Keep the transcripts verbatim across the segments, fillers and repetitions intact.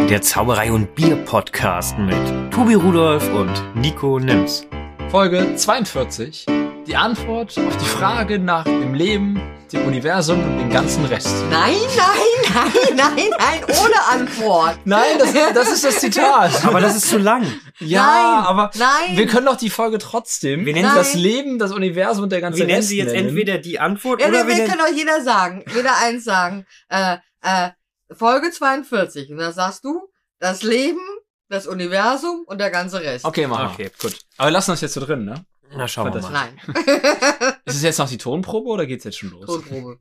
Der Zauberei und Bier Podcast mit Tobi Rudolph und Nico Nims. Folge zweiundvierzig. Die Antwort auf die Frage nach dem Leben, dem Universum und dem ganzen Rest. Nein, nein, nein, nein, nein, ohne Antwort. Nein, das, das ist das Zitat. Aber das ist zu lang. Ja, Nein, aber nein. wir können doch die Folge trotzdem Wir nennen das Nein. Leben, das Universum und der ganze Wir nennen Rest sie jetzt nennen. entweder die Antwort Ja, oder wir, wir wir nennen... können doch jeder sagen, jeder eins sagen. Äh, äh, Folge zweiundvierzig. Und dann sagst du, das Leben, das Universum und der ganze Rest. Okay, machen wir. Okay, gut. Aber wir lassen uns jetzt so drin, ne? Na, schauen wir Das- mal. Nein. Ist es jetzt noch die Tonprobe oder geht's jetzt schon los? Tonprobe.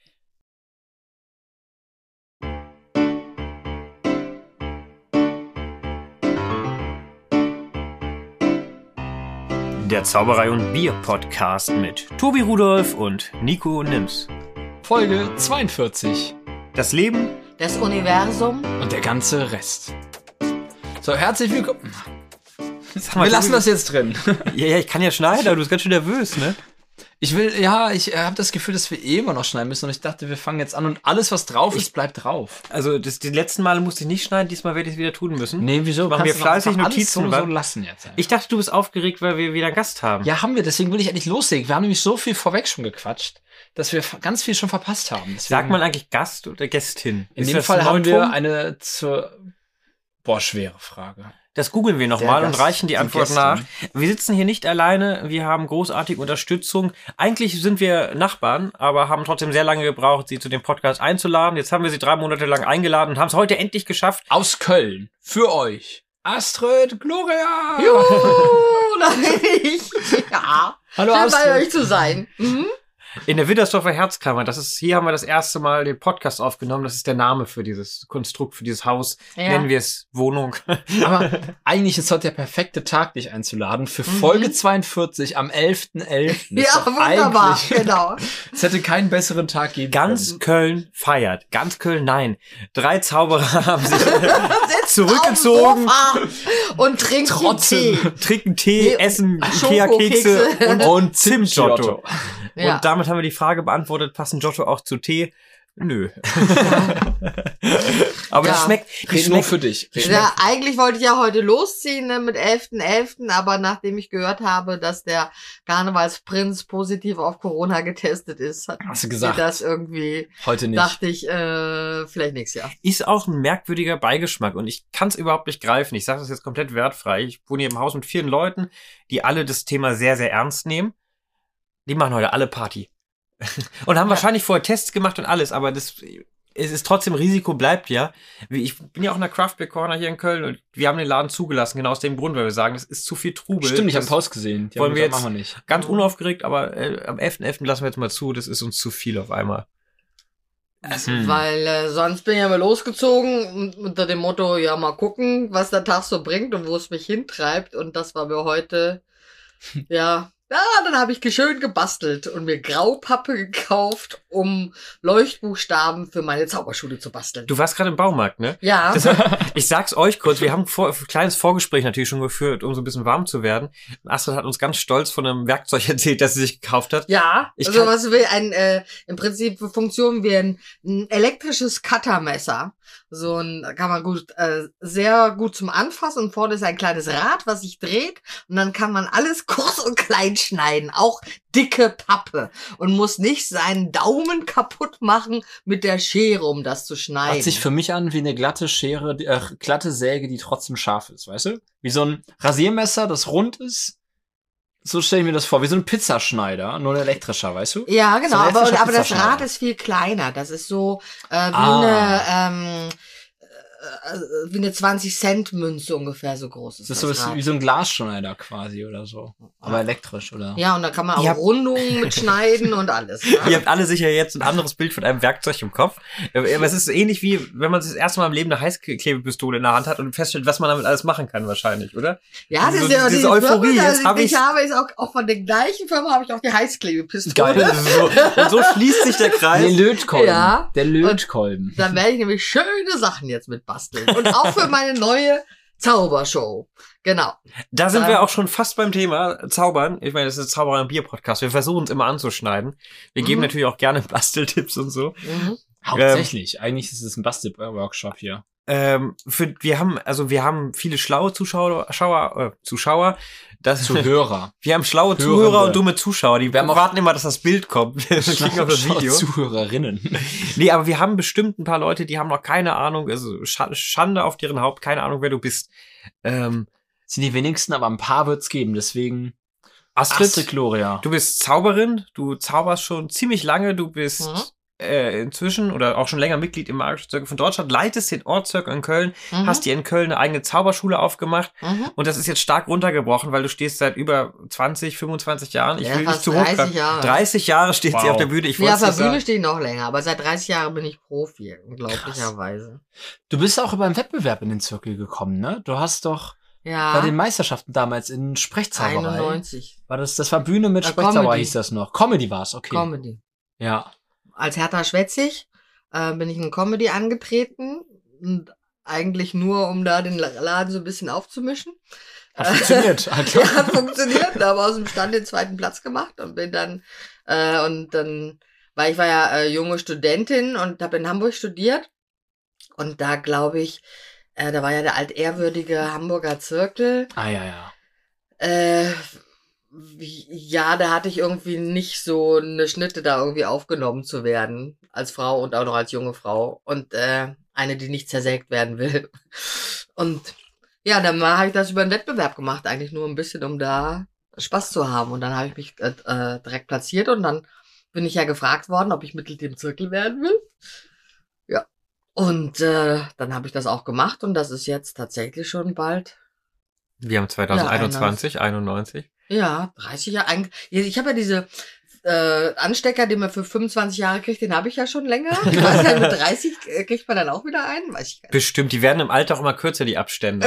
Der Zauberei und Bier Podcast mit Tobi Rudolph und Nico Nims. Folge zweiundvierzig. Das Leben... Das Universum. Und der ganze Rest. So, herzlich willkommen. Sag mal, Wir lassen Tobi, das jetzt drin. Ja, ja, ich kann ja schneiden, aber du bist ganz schön nervös, ne? Ich will, ja, ich äh, habe das Gefühl, dass wir eh immer noch schneiden müssen und ich dachte, wir fangen jetzt an und alles, was drauf ist, bleibt drauf. Also, das, die letzten Male musste ich nicht schneiden, diesmal werde ich es wieder tun müssen. Nee, wieso? Machen wir Kannst du doch fleißig einfach alles Notizen, so, wa? so lassen jetzt. Ich dachte, du bist aufgeregt, weil wir wieder einen Gast haben. Ja, haben wir, deswegen will ich endlich loslegen. Wir haben nämlich so viel vorweg schon gequatscht, dass wir f- ganz viel schon verpasst haben. Deswegen, Sagt man eigentlich Gast oder Gästin? in Ist dem das Fall ein haben wir Neutrum? eine zur, boah, schwere Frage. Das googeln wir nochmal Der und Gast, reichen die die Antwort Gästin. nach. Wir sitzen hier nicht alleine, wir haben großartige Unterstützung. Eigentlich sind wir Nachbarn, aber haben trotzdem sehr lange gebraucht, sie zu dem Podcast einzuladen. Jetzt haben wir sie drei Monate lang eingeladen und haben es heute endlich geschafft. Aus Köln, für euch, Astrid Gloria! Juhu, da bin ich. Ja. Hallo Schön Astrid. bei euch zu sein. Mhm. In der Widdersdorfer Herzkammer. Das ist, hier haben wir das erste Mal den Podcast aufgenommen. Das ist der Name für dieses Konstrukt, für dieses Haus. Ja. Nennen wir es Wohnung. Aber eigentlich ist heute der perfekte Tag, dich einzuladen für Folge zweiundvierzig am elften elften Ja, wunderbar, genau. Es hätte keinen besseren Tag geben Ganz können. Köln feiert. Ganz Köln, nein. Drei Zauberer haben sich Sitzt zurückgezogen, auf dem Sofa und trinkt Trotzen. Tee. trinken Tee, Nee, essen Schokokekse. Ikea-Kekse und, Und Zimtgiotto. Ja. Und damit haben wir die Frage beantwortet, passen Giotto auch zu Tee? Nö. Aber Ja. das schmeckt, die Red nur schmeckt für dich. Red Ja, eigentlich wollte ich ja heute losziehen ne, mit elften elften, aber nachdem ich gehört habe, dass der Karnevalsprinz positiv auf Corona getestet ist, hat Hast du mir gesagt. das irgendwie, Heute nicht. dachte ich, äh, vielleicht nächstes Jahr. ist auch ein merkwürdiger Beigeschmack und ich kann es überhaupt nicht greifen. Ich sage das jetzt komplett wertfrei. Ich wohne hier im Haus mit vielen Leuten, die alle das Thema sehr, sehr ernst nehmen. Die machen heute alle Party. Und haben Ja. wahrscheinlich vorher Tests gemacht und alles, aber das, es ist trotzdem, Risiko bleibt ja. Wie- Ich bin ja auch in der Craft Beer Corner hier in Köln und wir haben den Laden zugelassen, genau aus dem Grund, weil wir sagen, das ist zu viel Trubel. Stimmt, ich habe Das- Post gesehen. Die wollen haben wir gesagt, jetzt- machen wir nicht. Ganz unaufgeregt, aber äh, am elften elften lassen wir jetzt mal zu, das ist uns zu viel auf einmal. Hm. Weil äh, sonst bin ich ja mal losgezogen und unter dem Motto, ja, mal gucken, was der Tag so bringt und wo es mich hintreibt. Und das war mir heute, ja, ja, dann habe ich schön gebastelt und mir Graupappe gekauft, um Leuchtbuchstaben für meine Zauberschule zu basteln. Du warst gerade im Baumarkt, ne? Ja, Das hat, ich sag's euch kurz, wir haben vor, ein kleines Vorgespräch natürlich schon geführt, um so ein bisschen warm zu werden. Und Astrid hat uns ganz stolz von einem Werkzeug erzählt, das sie sich gekauft hat. ja, Ich also kann- was will ein, äh, im Prinzip Funktion wie ein, ein elektrisches Cuttermesser. So ein, da kann man gut, äh, sehr gut zum Anfassen und vorne ist ein kleines Rad, was sich dreht und dann kann man alles kurz und klein schneiden, auch dicke Pappe und muss nicht seinen Daumen kaputt machen mit der Schere, um das zu schneiden. Hört sich für mich an wie eine glatte Schere, die- äh, glatte Säge, die trotzdem scharf ist, weißt du? Wie so ein Rasiermesser, das rund ist. So stelle ich mir das vor, wie so ein Pizzaschneider, nur ein elektrischer, weißt du? Ja, genau, So ein aber, elektrischer aber das Pizzaschneider. Rad ist viel kleiner. Das ist so äh, wie Ah. eine ähm, äh, wie eine zwanzig Cent Münze ungefähr so groß ist Das ist das so Rad. wie so ein Glasschneider quasi oder so. Aber elektrisch, oder? Ja, und da kann man auch Ihr habt- Rundungen mitschneiden und alles. Ja? Ihr habt alle sicher jetzt ein anderes Bild von einem Werkzeug im Kopf. Aber es ist ähnlich wie, wenn man das erste Mal im Leben eine Heißklebepistole in der Hand hat und feststellt, was man damit alles machen kann wahrscheinlich, oder? Ja, das So ist ja diese diese Euphorie, Firma, jetzt also hab ich ich's. habe jetzt auch, auch von der gleichen Firma habe ich auch die Heißklebepistole. Geil. So, und so schließt sich der Der Kreis. Lötkolben. Ja. Der Lötkolben. Dann werde ich nämlich schöne Sachen jetzt mit basteln. Und auch für meine neue Zaubershow. Genau. Da sind Ähm, wir auch schon fast beim Thema Zaubern. Ich meine, das ist Zauberer und Bier Podcast. Wir versuchen es immer anzuschneiden. Wir geben Mhm. natürlich auch gerne Basteltipps und so. Mhm. Hauptsächlich. Eigentlich ist es ein Bastel-Workshop hier. ähm, für, wir haben, also wir haben viele schlaue Zuschauer, Schauer, äh, Zuschauer, das, Zuhörer. wir haben schlaue Hörende. Zuhörer und dumme Zuschauer, die Wir haben auch- warten immer, dass das Bild kommt. Wir klicken auf das Video. Zuhörerinnen. Nee, aber wir haben bestimmt ein paar Leute, die haben noch keine Ahnung, also Sch- Schande auf deren Haupt, keine Ahnung, wer du bist. Ähm, Sind die wenigsten, aber ein paar wird's geben, deswegen Astrid, Astrid Gloria. du bist Zauberin, du zauberst schon ziemlich lange, du bist Mhm. äh, inzwischen oder auch schon länger Mitglied im Magischen Zirkel von Deutschland, leitest den Ortszirkel in Köln, Mhm. hast dir in Köln eine eigene Zauberschule aufgemacht Mhm. und das ist jetzt stark runtergebrochen, weil du stehst seit über zwanzig, fünfundzwanzig Jahren. Ich Ja, will nicht fast zu hoch. dreißig Jahre. dreißig Jahre steht sie Wow. auf der Bühne. Ich Nee, wollte auf der es nicht Bühne sagen. stehe ich noch länger, aber seit dreißig Jahren bin ich Profi, unglaublicherweise. Du bist auch über einen Wettbewerb in den Zirkel gekommen, ne? Du hast doch Ja, bei den Meisterschaften damals in Sprechzauberei. einundneunzig. War das, das war Bühne mit Äh, Sprechzauberei Comedy. hieß das noch. Comedy war's, okay. Comedy. Ja. Als Hertha Schwetzig äh, bin ich in Comedy angetreten und eigentlich nur, um da den Laden so ein bisschen aufzumischen. Hat funktioniert. Hat Ja, hat funktioniert, aber aus dem Stand den zweiten Platz gemacht und bin dann äh, und dann, weil ich war ja äh, junge Studentin und habe in Hamburg studiert und da glaube ich, äh, da war ja der altehrwürdige Hamburger Zirkel. Ah, ja, ja. Äh, wie- ja, da hatte ich irgendwie nicht so eine Schnitte, da irgendwie aufgenommen zu werden als Frau und auch noch als junge Frau und äh, eine, die nicht zersägt werden will. Und ja, dann habe ich das über einen Wettbewerb gemacht, eigentlich nur ein bisschen, um da Spaß zu haben. Und dann habe ich mich äh, äh, direkt platziert und dann bin ich ja gefragt worden, ob ich Mitglied im Zirkel werden will. Ja. Und äh, dann habe ich das auch gemacht und das ist jetzt tatsächlich schon bald, Wir haben zwanzig einundzwanzig, einundneunzig. ja, dreißig Jahre. Eig- Ich habe ja diese äh, Anstecker, den man für fünfundzwanzig Jahre kriegt, den habe ich ja schon länger. Ich weiß ja, mit dreißig äh, kriegt man dann auch wieder einen, weiß ich gar nicht. Bestimmt, die werden im Alter auch immer kürzer, die Abstände.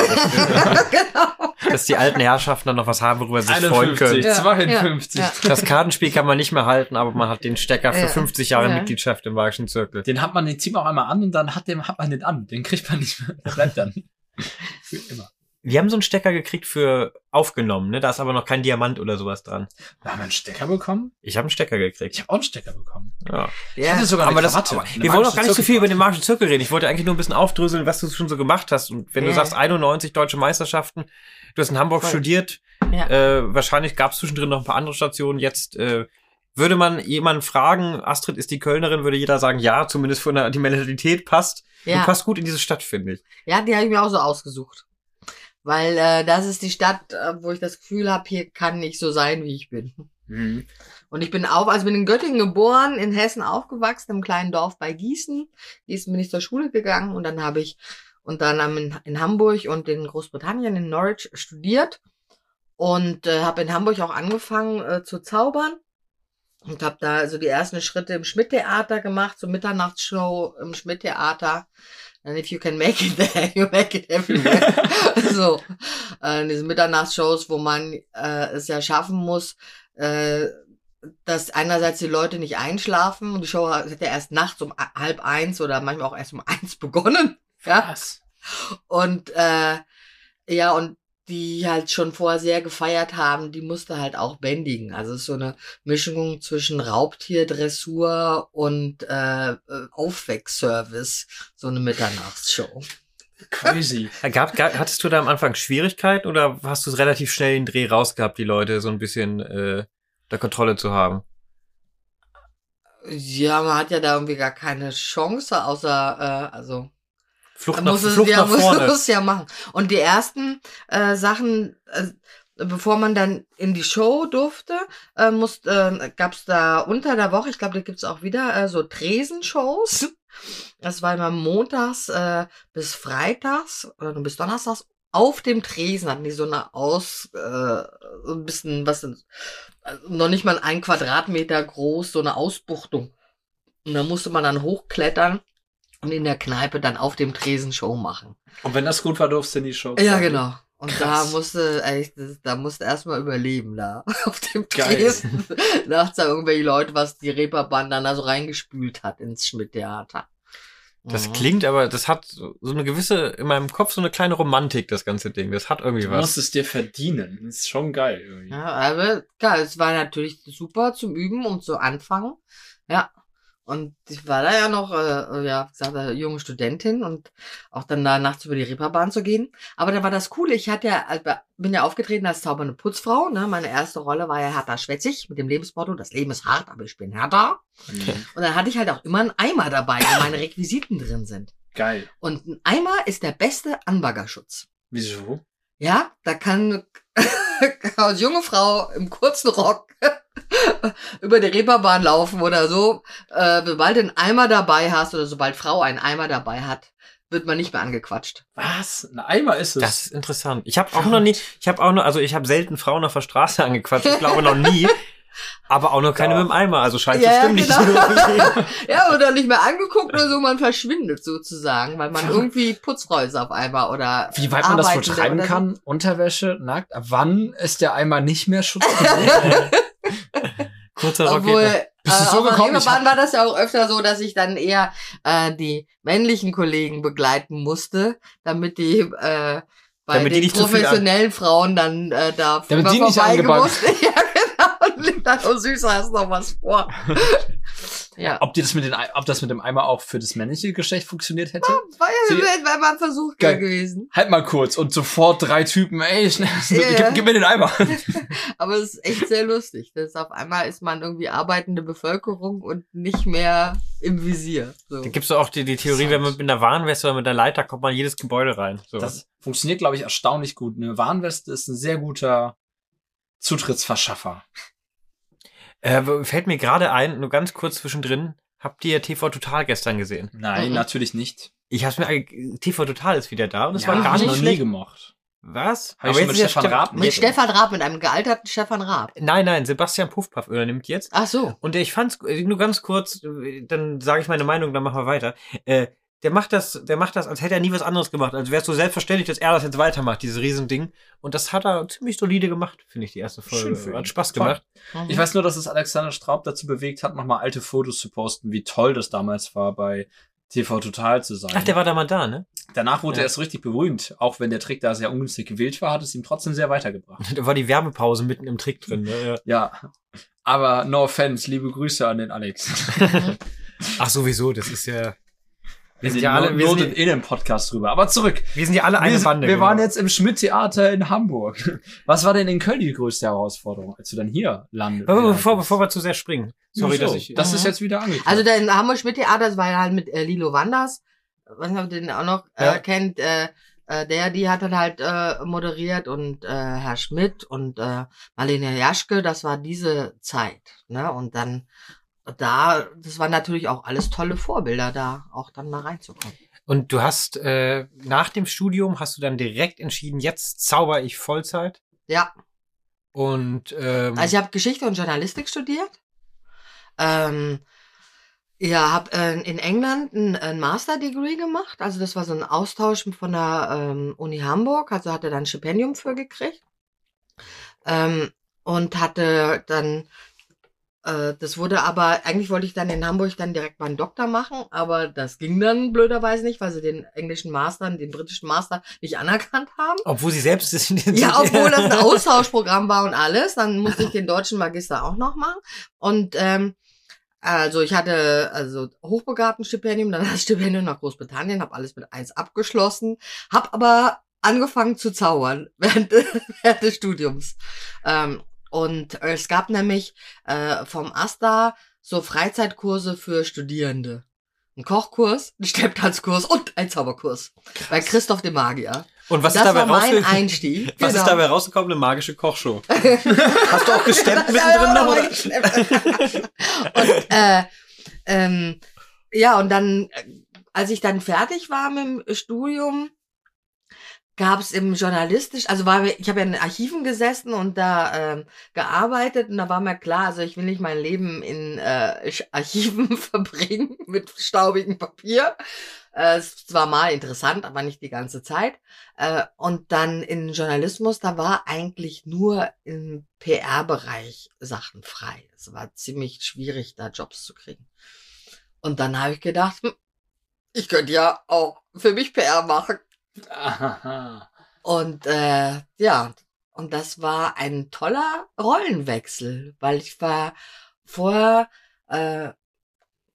Genau. Dass die alten Herrschaften dann noch was haben, worüber sie sich freuen können. Ja, zweiundfünfzig. ja, Das Kartenspiel kann man nicht mehr halten, aber man hat den Stecker für Ja. fünfzig Jahre Ja. Mitgliedschaft im Magischen Zirkel. Den hat man, den zieht man auch einmal an und dann hat, dem, hat man den an. Den kriegt man nicht mehr. Der bleibt dann. Für immer. Wir haben so einen Stecker gekriegt für aufgenommen, ne? Da ist aber noch kein Diamant oder sowas dran. Da haben wir einen Stecker bekommen. Ich habe einen Stecker gekriegt. Ich habe auch einen Stecker bekommen. Ja. Ich hatte sogar Aber eine das, Krawatte. aber Eine wir wollen auch gar nicht so magische viel über den Magischen Zirkel reden. Ich wollte eigentlich nur ein bisschen aufdröseln, was du schon so gemacht hast. Und wenn du Ja. sagst einundneunzig deutsche Meisterschaften, du hast in Hamburg Voll. studiert, Ja. äh, wahrscheinlich gab es zwischendrin noch ein paar andere Stationen. Jetzt äh, würde man jemanden fragen, Astrid ist die Kölnerin, würde jeder sagen, ja, zumindest von der die Mentalität passt. Du Ja. passt gut in diese Stadt, finde ich. Ja, die habe ich mir auch so ausgesucht. Weil äh, das ist die Stadt, äh, wo ich das Gefühl habe, hier kann ich so sein, wie ich bin. Und ich bin auf, also bin in Göttingen geboren, in Hessen aufgewachsen, im kleinen Dorf bei Gießen. Gießen bin ich zur Schule gegangen und dann habe ich unter anderem in, in Hamburg und in Großbritannien, in Norwich studiert und äh, habe in Hamburg auch angefangen äh, zu zaubern und habe da also die ersten Schritte im Schmidt-Theater gemacht, so Mitternachtsshow im Schmidt-Theater. And if you can make it there, you make it everywhere. So, äh, diese Mitternachtsshows, wo man äh, es ja schaffen muss, äh, dass einerseits die Leute nicht einschlafen und die Show hat ja erst nachts um halb eins oder manchmal auch erst um eins begonnen. Ja. Was? Und äh, ja, und die halt schon vorher sehr gefeiert haben, die musste halt auch bändigen. Also es ist so eine Mischung zwischen Raubtierdressur und äh, Aufweckservice, so eine Mitternachtsshow. Crazy. Gab, gab, hattest du da am Anfang Schwierigkeiten oder hast du es relativ schnell den Dreh rausgehabt, die Leute so ein bisschen äh, unter Kontrolle zu haben? Ja, man hat ja da irgendwie gar keine Chance, außer, äh, also Flucht man nach, muss es, Flucht ja, nach muss vorne. es ja machen. Und die ersten äh, Sachen, äh, bevor man dann in die Show durfte, äh, muss, äh, gab's da unter der Woche, ich glaube, da gibt's auch wieder äh, so Tresenshows. Das war immer montags äh, bis freitags oder nur bis donnerstags. Auf dem Tresen hatten die so eine Aus, äh, so ein bisschen, was denn, also noch nicht mal ein Quadratmeter groß, so eine Ausbuchtung. Und da musste man dann hochklettern und in der Kneipe dann auf dem Tresen Show machen. Und wenn das gut war, durfst du in die Show. Ja, genau. Und Krass. da musste, echt, das- da musste erstmal überleben, da. Auf dem Geil. Tresen. Nachts da irgendwelche Leute, was die Reeperbahn dann da so reingespült hat ins Schmidt-Theater. Das Mhm. klingt aber, das hat so so eine gewisse, in meinem Kopf so eine kleine Romantik, das ganze Ding. Das hat irgendwie Du was. musst es dir verdienen. Das ist schon geil irgendwie. Ja, aber klar, es war natürlich super zum Üben und zu Anfangen. Ja. Und ich war da ja noch, äh, ja, wie gesagt, eine junge Studentin und auch dann da nachts über die Reeperbahn zu gehen. Aber da war das Coole, ich hatte ja, also bin ja aufgetreten als zaubernde Putzfrau, ne? Meine erste Rolle war ja Hertha Schwetzig mit dem Lebensmotto, das Leben ist hart, aber ich bin Hertha. Mhm. Und dann hatte ich halt auch immer einen Eimer dabei, wo meine Requisiten drin sind. Geil. Und ein Eimer ist der beste Anbaggerschutz. Wieso? Ja, da kann als junge Frau im kurzen Rock über die Reeperbahn laufen oder so. Äh, sobald du einen Eimer dabei hast oder sobald Frau einen Eimer dabei hat, wird man nicht mehr angequatscht. Was? Ein Eimer ist es? Das ist interessant. Ich habe auch noch nie, ich habe auch noch, also ich habe selten Frauen auf der Straße angequatscht. Ich glaube noch nie. Aber auch noch keine Ja. mit dem Eimer. Also scheint Ja, das stimmt genau. nicht. Ja, oder nicht mehr angeguckt oder so, man verschwindet sozusagen, weil man irgendwie Putzfrau ist auf einmal oder Wie weit man das Arbeitende vertreiben oder so. kann, Unterwäsche, nackt, ab wann ist der Eimer nicht mehr schutzbedürftig? Kurzer Rock Obwohl, geht noch. äh, Bist du so auf der gekommen? Ich Reeperbahn war das ja auch öfter so, dass ich dann eher äh, die männlichen Kollegen begleiten musste, damit die äh, bei Damit die den nicht zu viel professionellen Frauen dann äh, da Damit die nicht vorbeigemusst. Ja, genau. Und dann, oh süß, hast noch was vor. Ja. Ob, die das mit den, Ei- ob das mit dem Eimer auch für das männliche Geschlecht funktioniert hätte? War ja Sie- war mal ein Versuch Geil. gewesen. Halt mal kurz und sofort drei Typen, ey, schnell, Ja, ja. gib, gib mir den Eimer. Aber es ist echt sehr lustig. Das auf einmal ist man irgendwie arbeitende Bevölkerung und nicht mehr im Visier. So. Da gibt's doch auch die, die Theorie, wenn man mit einer Warnweste oder mit einer Leiter kommt man in jedes Gebäude rein. So. Das funktioniert, glaube ich, erstaunlich gut. Eine Warnweste ist ein sehr guter Zutrittsverschaffer. Äh, fällt mir gerade ein, nur ganz kurz zwischendrin, habt ihr T V Total gestern gesehen? Nein, Mhm. natürlich nicht. Ich hab's mir, ange- T V Total ist wieder da und es Ja, war gar hab ich nicht noch nie schlecht. gemocht. Was? Hab ich schon mit ist ja Stefan Ste- Raab Mit jetzt- Stefan Raab, mit einem gealterten Stefan Raab. Nein, nein, Sebastian Puffpaff übernimmt jetzt. Ach so. Und ich fand's, äh, nur ganz kurz, äh, dann sage ich meine Meinung, dann machen wir weiter. Äh, der macht das, der macht das, als hätte er nie was anderes gemacht. Als wäre es so selbstverständlich, dass er das jetzt weitermacht, dieses Riesending. Und das hat er ziemlich solide gemacht, finde ich, die erste Schön Folge. für ihn. Hat Spaß Toll. gemacht. Mhm. Ich weiß nur, dass es Alexander Straub dazu bewegt hat, nochmal alte Fotos zu posten, wie toll das damals war, bei T V Total zu sein. Ach, der war da mal da, ne? Danach wurde Ja. er erst richtig berühmt. Auch wenn der Trick da sehr ungünstig gewählt war, hat es ihm trotzdem sehr weitergebracht. Da war die Werbepause mitten im Trick drin, ne? Ja. Ja, aber no offense, liebe Grüße an den Alex. Ach, sowieso, das ist ja. Wir sind sind ja alle, wir nur sind, in einem Podcast drüber. Aber zurück. wir sind ja alle eine wir, Bande. wir waren genau. jetzt im Schmidt-Theater in Hamburg. Was war denn in Köln die größte Herausforderung, als du dann hier landest? Aber bevor, bevor wir zu sehr springen. Sorry, Ach so, dass ich. Das ist Mhm. jetzt wieder angekommen. Also der in Hamburg Schmidt-Theater, das war ja halt mit äh, Lilo Wanders. Was ob ihr den auch noch äh, Ja. kennt. Äh, äh, der, die hat dann halt äh, moderiert und äh, Herr Schmidt und äh, Marlene Jaschke, das war diese Zeit. Ne? Und dann da, das waren natürlich auch alles tolle Vorbilder, da auch dann mal reinzukommen. Und du hast äh, nach dem Studium hast du dann direkt entschieden, jetzt zauber ich Vollzeit. Ja. Und ähm, Also ich habe Geschichte und Journalistik studiert. Ähm, ja, habe äh, in England ein, ein Master Degree gemacht. Also das war so ein Austausch von der ähm, Uni Hamburg. Also hatte dann ein Stipendium für gekriegt. Ähm, und hatte dann, äh, das wurde aber, eigentlich wollte ich dann in Hamburg dann direkt meinen Doktor machen, aber das ging dann blöderweise nicht, weil sie den englischen Master, den britischen Master nicht anerkannt haben. obwohl sie selbst ist. Ja, obwohl das ein Austauschprogramm war und alles, dann musste ich den deutschen Magister auch noch machen. Und ähm, also ich hatte also Hochbegabtenstipendium, dann das Stipendium nach Großbritannien, habe alles mit eins abgeschlossen, habe aber angefangen zu zaubern während, während des Studiums. Ähm, und es gab nämlich äh, vom AStA so Freizeitkurse für Studierende. Ein Kochkurs, ein Stepptanzkurs und ein Zauberkurs. Bei Christoph dem Magier. Und was das ist dabei war mein rausgekommen? Einstieg. Was Genau. ist dabei rausgekommen? Eine magische Kochshow. Hast du auch gesteppt mittendrin noch? Oder? Und äh, ähm, ja, und dann, äh, als ich dann fertig war mit dem Studium, gab es im journalistisch, also war mir, ich habe ja in Archiven gesessen und da ähm, gearbeitet und da war mir klar, also ich will nicht mein Leben in äh, Archiven verbringen mit staubigem Papier. Äh, es war mal interessant, aber nicht die ganze Zeit. Äh, und dann in Journalismus, da war eigentlich nur im P R-Bereich Sachen frei. Es war ziemlich schwierig, da Jobs zu kriegen. Und dann habe ich gedacht, hm, ich könnte ja auch für mich P R machen. Aha. Und äh, ja, und das war ein toller Rollenwechsel, weil ich war vorher, äh,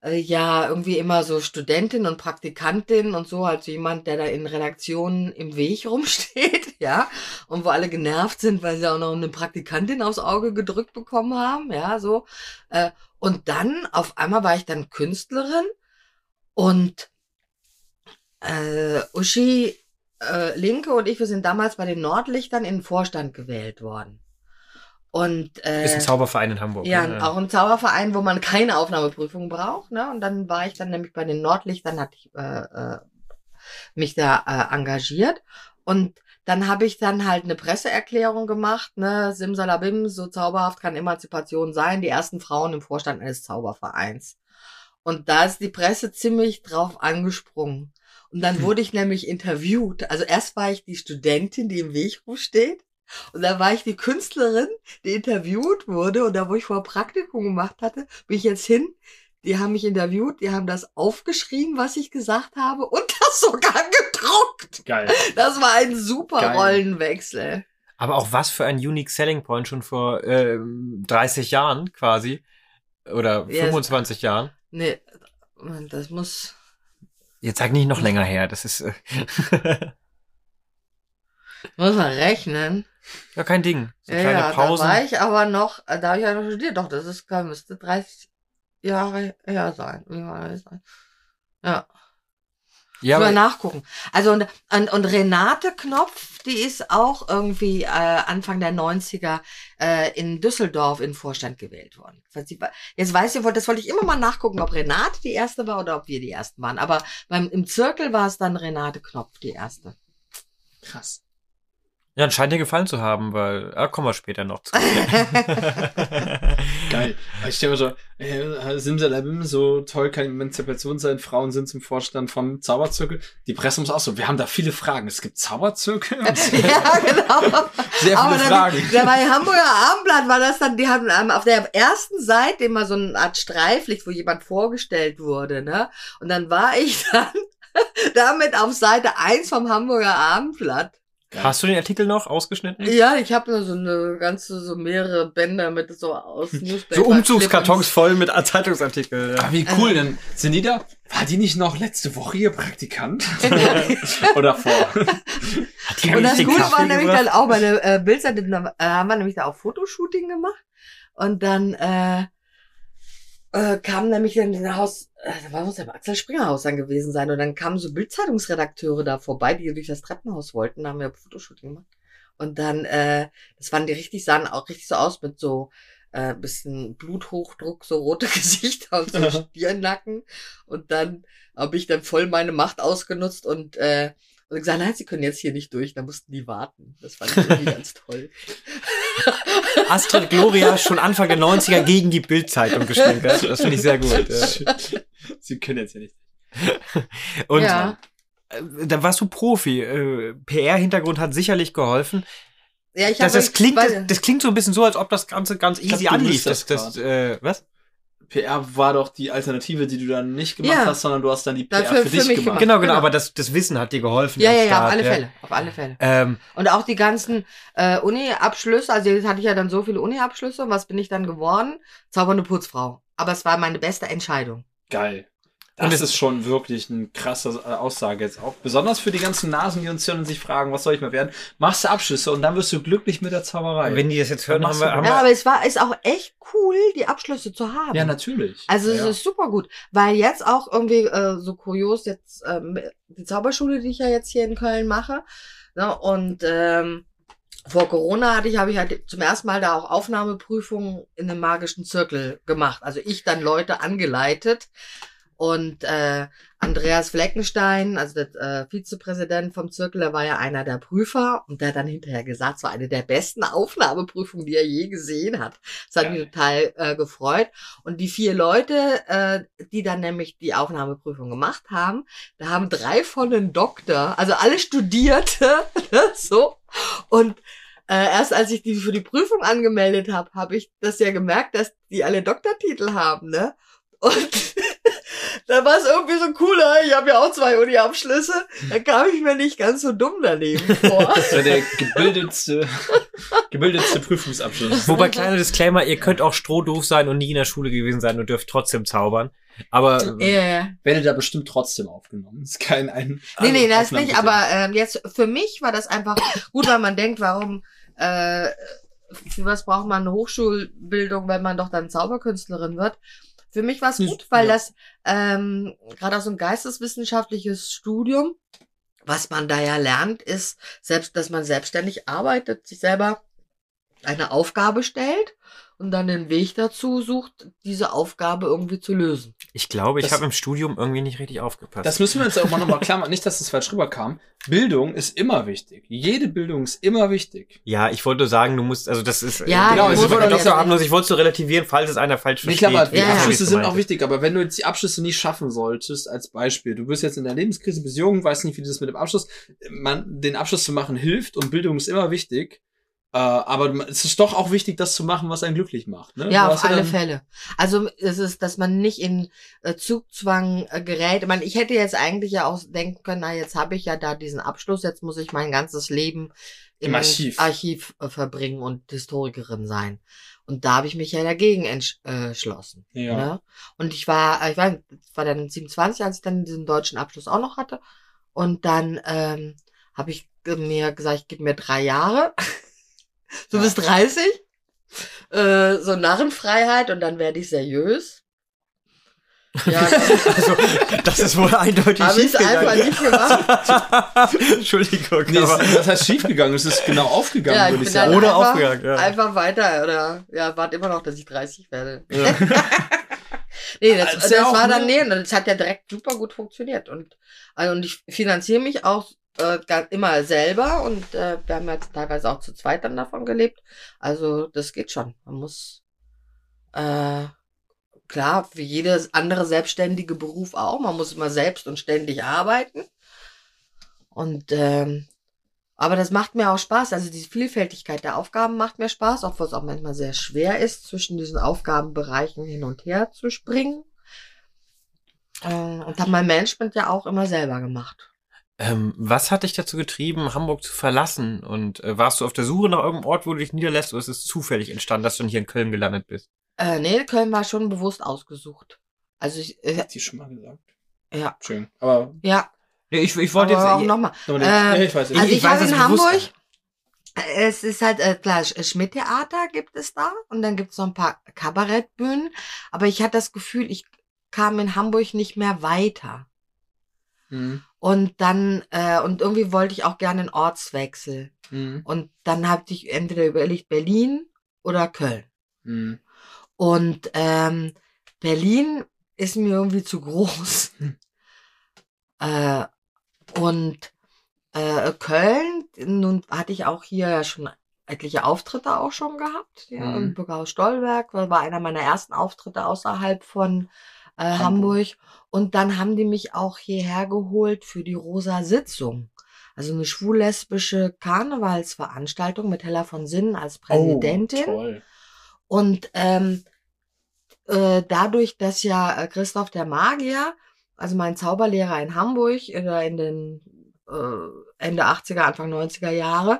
äh, ja irgendwie immer so Studentin und Praktikantin und so, also jemand, der da in Redaktionen im Weg rumsteht, ja, und wo alle genervt sind, weil sie auch noch eine Praktikantin aufs Auge gedrückt bekommen haben, ja, so. Äh, und dann, auf einmal war ich dann Künstlerin und äh, Uschi äh, Linke und ich, wir sind damals bei den Nordlichtern in den Vorstand gewählt worden. Und, äh, Ist ein Zauberverein in Hamburg. ja, ne? auch ein Zauberverein, wo man keine Aufnahmeprüfung braucht, ne? Und dann war ich dann nämlich bei den Nordlichtern, hatte ich äh, äh, mich da äh, engagiert. Und dann habe ich dann halt eine Presseerklärung gemacht, ne? Simsalabim, so zauberhaft kann Emanzipation sein, die ersten Frauen im Vorstand eines Zaubervereins. Und da ist die Presse ziemlich drauf angesprungen. Und dann wurde ich nämlich interviewt. Also erst war ich die Studentin, die im Wegruf steht. Und dann war ich die Künstlerin, die interviewt wurde. Und da, wo ich vorher Praktikum gemacht hatte, bin ich jetzt hin. Die haben mich interviewt, die haben das aufgeschrieben, was ich gesagt habe. Und das sogar gedruckt. Geil. Das war ein super Geil. Rollenwechsel. Aber auch was für ein Unique Selling Point schon vor äh, dreißig Jahren quasi. Oder Ja, fünfundzwanzig Jahren. Nee, das muss... Jetzt sag nicht noch länger her. Das ist äh, Muss man rechnen. ja kein Ding. So Ja, kleine ja, Pausen. da war ich aber noch, da habe ich ja noch studiert. Doch, das ist, müsste dreißig Jahre her sein. Wie war das sein? Ja. ja, Mal aber, nachgucken. Also und, und, und Renate Knopf, die ist auch irgendwie äh, Anfang der neunziger äh, in Düsseldorf in den Vorstand gewählt worden. Jetzt weiß ich, das wollte ich immer mal nachgucken, ob Renate die erste war oder ob wir die ersten waren. Aber beim im Zirkel war es dann Renate Knopf die erste. Krass. ja, scheint dir gefallen zu haben, weil, ah, kommen wir später noch zu. Geil. Ich stelle mir so, äh, Simsalabim, so toll kann Emanzipation sein, Frauen sind zum Vorstand vom Zauberzirkel. Die Presse muss auch so, wir haben da viele Fragen. Es gibt Zauberzirkel? Ja, genau. Sehr viele Aber dann, Fragen. Da bei Hamburger Abendblatt war das dann, die haben ähm, auf der ersten Seite immer so eine Art Streiflicht, wo jemand vorgestellt wurde, ne? Und dann war ich dann damit auf Seite eins vom Hamburger Abendblatt. Hast du den Artikel noch ausgeschnitten? Ja, ich habe so eine ganze, so mehrere Bänder mit so aus Newspaper. So Umzugskartons voll mit Zeitungsartikeln. Ah, wie cool, denn sind die da? War die nicht noch letzte Woche ihr Praktikant? Oder vor? Hat die Und das richtig Gute Kaffee war nämlich gebracht? dann auch bei der äh, Bildseite, da äh, haben wir nämlich da auch Fotoshooting gemacht. Und dann äh, äh, kam nämlich in das Haus, äh, da war muss ja Axel Springer Haus dann gewesen sein. Und dann kamen so Bildzeitungsredakteure da vorbei, die durch das Treppenhaus wollten. Da haben wir Fotoshooting gemacht. Und dann, äh, das waren die richtig, sahen auch richtig so aus mit so äh, bisschen Bluthochdruck, so rote Gesichter und so Stirnlacken. Und dann habe ich dann voll meine Macht ausgenutzt und äh, und gesagt, nein, sie können jetzt hier nicht durch, da mussten die warten. Das fand ich irgendwie ganz toll. Astrid Gloria schon Anfang der neunziger gegen die Bild-Zeitung gestänkert. Das finde ich sehr gut. Ja. Sie können jetzt ja nicht. Und Ja. äh, da warst du Profi. Äh, P R-Hintergrund hat sicherlich geholfen. Ja, ich Das, habe das, klingt, weil- das, das klingt so ein bisschen so, als ob das Ganze ganz glaub, easy du anlief. bist Das, das das, äh, was? P R war doch die Alternative, die du dann nicht gemacht Ja. hast, sondern du hast dann die P R Dafür- für, für dich mich gemacht. gemacht. Genau, genau, Genau. aber das, das Wissen hat dir geholfen. Ja, am ja, ja, auf Start, alle ja. Fälle, auf alle Fälle. Ähm, Und auch die ganzen äh, Uni-Abschlüsse, also jetzt hatte ich ja dann so viele Uni-Abschlüsse, und was bin ich dann geworden? Zaubernde Putzfrau. Aber es war meine beste Entscheidung. Geil. Und Das es- ist schon wirklich eine krasse äh, Aussage jetzt auch. Besonders für die ganzen Nasen, die uns hören und sich fragen, was soll ich mal werden? Machst du Abschlüsse und dann wirst du glücklich mit der Zauberei. wenn die das jetzt hören, Dann haben machst wir, du- haben Ja, wir aber es war ist auch echt cool, die Abschlüsse zu haben. ja, natürlich. Also ja, es ja. ist super gut, weil jetzt auch irgendwie äh, so kurios jetzt ähm, die Zauberschule, die ich ja jetzt hier in Köln mache, ne, und ähm, vor Corona hatte ich, habe ich halt zum ersten Mal da auch Aufnahmeprüfungen in einem magischen Zirkel gemacht. Also ich dann Leute angeleitet und äh, Andreas Fleckenstein, also der äh, Vizepräsident vom Zirkel, der war ja einer der Prüfer und der hat dann hinterher gesagt, es war eine der besten Aufnahmeprüfungen, die er je gesehen hat. Das hat Geil. mich total äh, gefreut. Und die vier Leute, äh, die dann nämlich die Aufnahmeprüfung gemacht haben, da haben drei von einen Doktor, also alle Studierte, ne, so. Und äh, erst als ich die für die Prüfung angemeldet habe, habe ich das ja gemerkt, dass die alle Doktortitel haben, ne? Und da war es irgendwie so cooler. Ich habe ja auch zwei Uni-Abschlüsse. Da kam ich mir nicht ganz so dumm daneben vor. Das war der gebildetste, gebildetste Prüfungsabschluss. Wobei, kleiner Disclaimer, ihr könnt auch strohdoof sein und nie in der Schule gewesen sein und dürft trotzdem zaubern. Aber Äh, Werde da bestimmt trotzdem aufgenommen. Ist kein ein. nee, nee, das Aufnahme- nicht, aber ähm, jetzt für mich war das einfach gut, weil man denkt, warum, äh, für was braucht man eine Hochschulbildung, wenn man doch dann Zauberkünstlerin wird? Für mich war es Ist- gut, weil ja. das ähm, gerade auch so ein geisteswissenschaftliches Studium, was man da ja lernt, ist, selbst, dass man selbstständig arbeitet, sich selber eine Aufgabe stellt und dann den Weg dazu sucht, diese Aufgabe irgendwie zu lösen. ich glaube, ich Das- habe im Studium irgendwie nicht richtig aufgepasst. Das müssen wir jetzt auch mal nochmal klar machen. Nicht, dass es falsch rüberkam. Bildung ist immer wichtig. Jede Bildung ist immer wichtig. ja, ich wollte sagen, du musst, also das ist, Ja, genau, ich es wollte wurde doch jetzt so nicht- harmlos, ich wollte es so relativieren, falls es einer falsch Nee, versteht. klar, aber die Ja, ja. Abschlüsse sind auch meinte. wichtig, aber wenn du jetzt die Abschlüsse nicht schaffen solltest, als Beispiel, du bist jetzt in der Lebenskrise, bist jung, weißt nicht, wie das mit dem Abschluss, man, den Abschluss zu machen hilft und Bildung ist immer wichtig, äh, aber es ist doch auch wichtig, das zu machen, was einen glücklich macht. Ne? Ja, Du auf hast alle dann- Fälle. Also es ist, dass man nicht in äh, Zugzwang äh, gerät. Ich meine, ich hätte jetzt eigentlich ja auch denken können, na, jetzt habe ich ja da diesen Abschluss, jetzt muss ich mein ganzes Leben Im Archiv. Archiv äh, verbringen und Historikerin sein. Und da habe ich mich ja dagegen entschlossen. Ja. Ne? Und ich war, äh, ich war, war dann siebenundzwanzig, als ich dann diesen deutschen Abschluss auch noch hatte. Und dann ähm, habe ich mir gesagt, ich gebe mir drei Jahre. Du Ja. bist dreißig. Äh, so Narrenfreiheit und dann werde ich seriös. Ja, Also, das ist wohl eindeutig habe ich einfach schiefgegangen. nicht gemacht. Entschuldigung, Nee, es, aber das heißt schiefgegangen, es ist genau aufgegangen, Ja, ich würde bin ich dann sagen. Oder einfach, aufgegangen, ja. einfach weiter oder ja, warte immer noch, dass ich dreißig werde. Ja. Nee, das, Ist das ja auch, war dann, ne? nee, das hat ja direkt super gut funktioniert. Und, also, und ich finanziere mich auch äh, ga- immer selber und äh, wir haben jetzt teilweise auch zu zweit dann davon gelebt. Also das geht schon. Man muss äh, klar, wie jeder andere selbstständige Beruf auch, man muss immer selbst und ständig arbeiten. Und ähm, aber das macht mir auch Spaß. Also die Vielfältigkeit der Aufgaben macht mir Spaß, obwohl es auch manchmal sehr schwer ist, zwischen diesen Aufgabenbereichen hin und her zu springen. Äh, und habe mein Management ja auch immer selber gemacht. ähm, was hat dich dazu getrieben, Hamburg zu verlassen? Und äh, warst du auf der Suche nach irgendeinem Ort, wo du dich niederlässt, oder ist es zufällig entstanden, dass du dann hier in Köln gelandet bist? Äh, nee, Köln war schon bewusst ausgesucht. Also ich, äh, Hat die schon mal gesagt. ja, Schön. Aber, ja, Nee, ich, ich wollte aber auch jetzt. nochmal. aber Äh, ja, ich weiß. ich- Also ich, weiß habe das in bewusst. Hamburg, es ist halt, äh, klar, Sch- Schmidt-Theater gibt es da und dann gibt es noch ein paar Kabarettbühnen, aber ich hatte das Gefühl, ich kam in Hamburg nicht mehr weiter. Mhm. Und dann, äh, und irgendwie wollte ich auch gerne einen Ortswechsel. Mhm. Und dann habe ich entweder überlegt Berlin oder Köln. Mhm. Und ähm, Berlin ist mir irgendwie zu groß. Hm. Äh, und äh, Köln, nun hatte ich auch hier ja schon etliche Auftritte auch schon gehabt. Ja, Mhm. im Bürgerhaus Stolberg war war einer meiner ersten Auftritte außerhalb von äh, Hamburg. Hamburg. Und dann haben die mich auch hierher geholt für die Rosa Sitzung. Also eine schwul-lesbische Karnevalsveranstaltung mit Hella von Sinnen als Präsidentin. Oh, toll. Und ähm, äh, dadurch, dass ja äh, Christoph der Magier, also mein Zauberlehrer in Hamburg äh, in den äh, Ende achtziger, Anfang neunziger Jahre,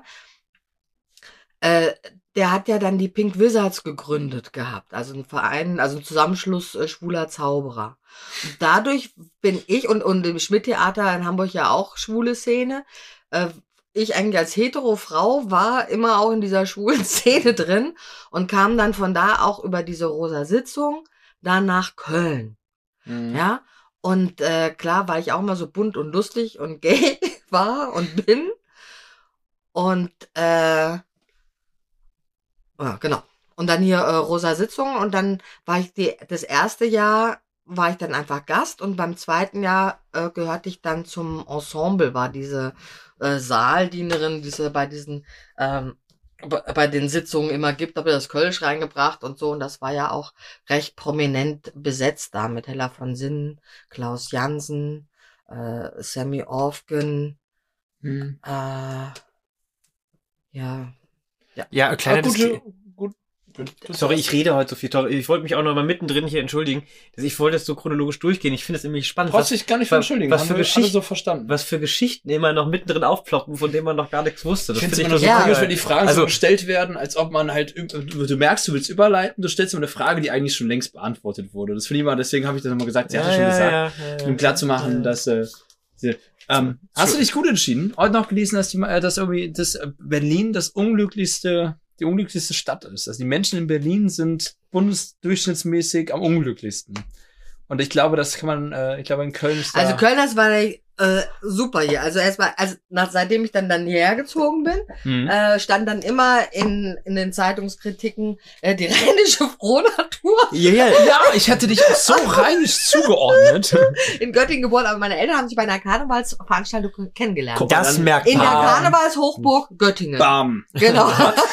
äh, der hat ja dann die Pink Wizards gegründet gehabt, also ein Verein, also ein Zusammenschluss äh, schwuler Zauberer. Und dadurch bin ich und und im Schmidt-Theater in Hamburg ja auch schwule Szene. Äh, ich eigentlich als hetero Frau war immer auch in dieser schwulen Szene drin und kam dann von da auch über diese Rosa Sitzung dann nach Köln. Mhm. Ja, und äh, klar, weil ich auch immer so bunt und lustig und gay war und bin. Und äh, ja, genau. Und dann hier äh, Rosa Sitzung und dann war ich die, das erste Jahr war ich dann einfach Gast und beim zweiten Jahr äh, gehörte ich dann zum Ensemble, war diese äh, Saaldienerin, die es bei diesen ähm, bei bei den Sitzungen immer gibt, habe das Kölsch reingebracht und so und das war ja auch recht prominent besetzt da mit Hella von Sinnen, Klaus Jansen, äh, Sammy Orfgen, Mhm. äh, ja, Ja, kleiner Ah, gute, Discla- gut, Sorry, ich rede heute so viel. Ich wollte mich auch noch mal mittendrin hier entschuldigen. Ich wollte das so chronologisch durchgehen. Ich finde es nämlich spannend. Brauchst dich gar nicht was, entschuldigen. Was haben für wir Geschichten, alle so verstanden. was für Geschichten immer noch mittendrin aufploppen, von denen man noch gar nichts wusste. Das Ich finde find es ich immer noch so total- komisch, wenn die Fragen also, so gestellt werden, als ob man halt, du merkst, du willst überleiten, du stellst immer eine Frage, die eigentlich schon längst beantwortet wurde. Das finde ich immer, deswegen habe ich das immer gesagt, sie ja, hatte schon ja, gesagt, ja, ja, um klar zu machen, ja. dass, äh, sie, ähm, hast du dich gut entschieden? Heute noch gelesen, dass die, äh, dass irgendwie, dass äh, Berlin das unglücklichste, die unglücklichste Stadt ist. Also die Menschen in Berlin sind bundesdurchschnittsmäßig am unglücklichsten. Und ich glaube, das kann man, äh, ich glaube, in Köln ist da... Also Köln, das war äh, super hier. Also erstmal, also nach, seitdem ich dann dann hierher gezogen bin, Mhm. äh, stand dann immer in in den Zeitungskritiken äh, die rheinische Frohnatur Ja, ja, Ja, ich hätte dich auch so rheinisch zugeordnet. in Göttingen geboren, aber meine Eltern haben sich bei einer Karnevalsveranstaltung kennengelernt. Guck. das dann- merkt In der man. Karnevalshochburg Göttingen. Bam. Genau.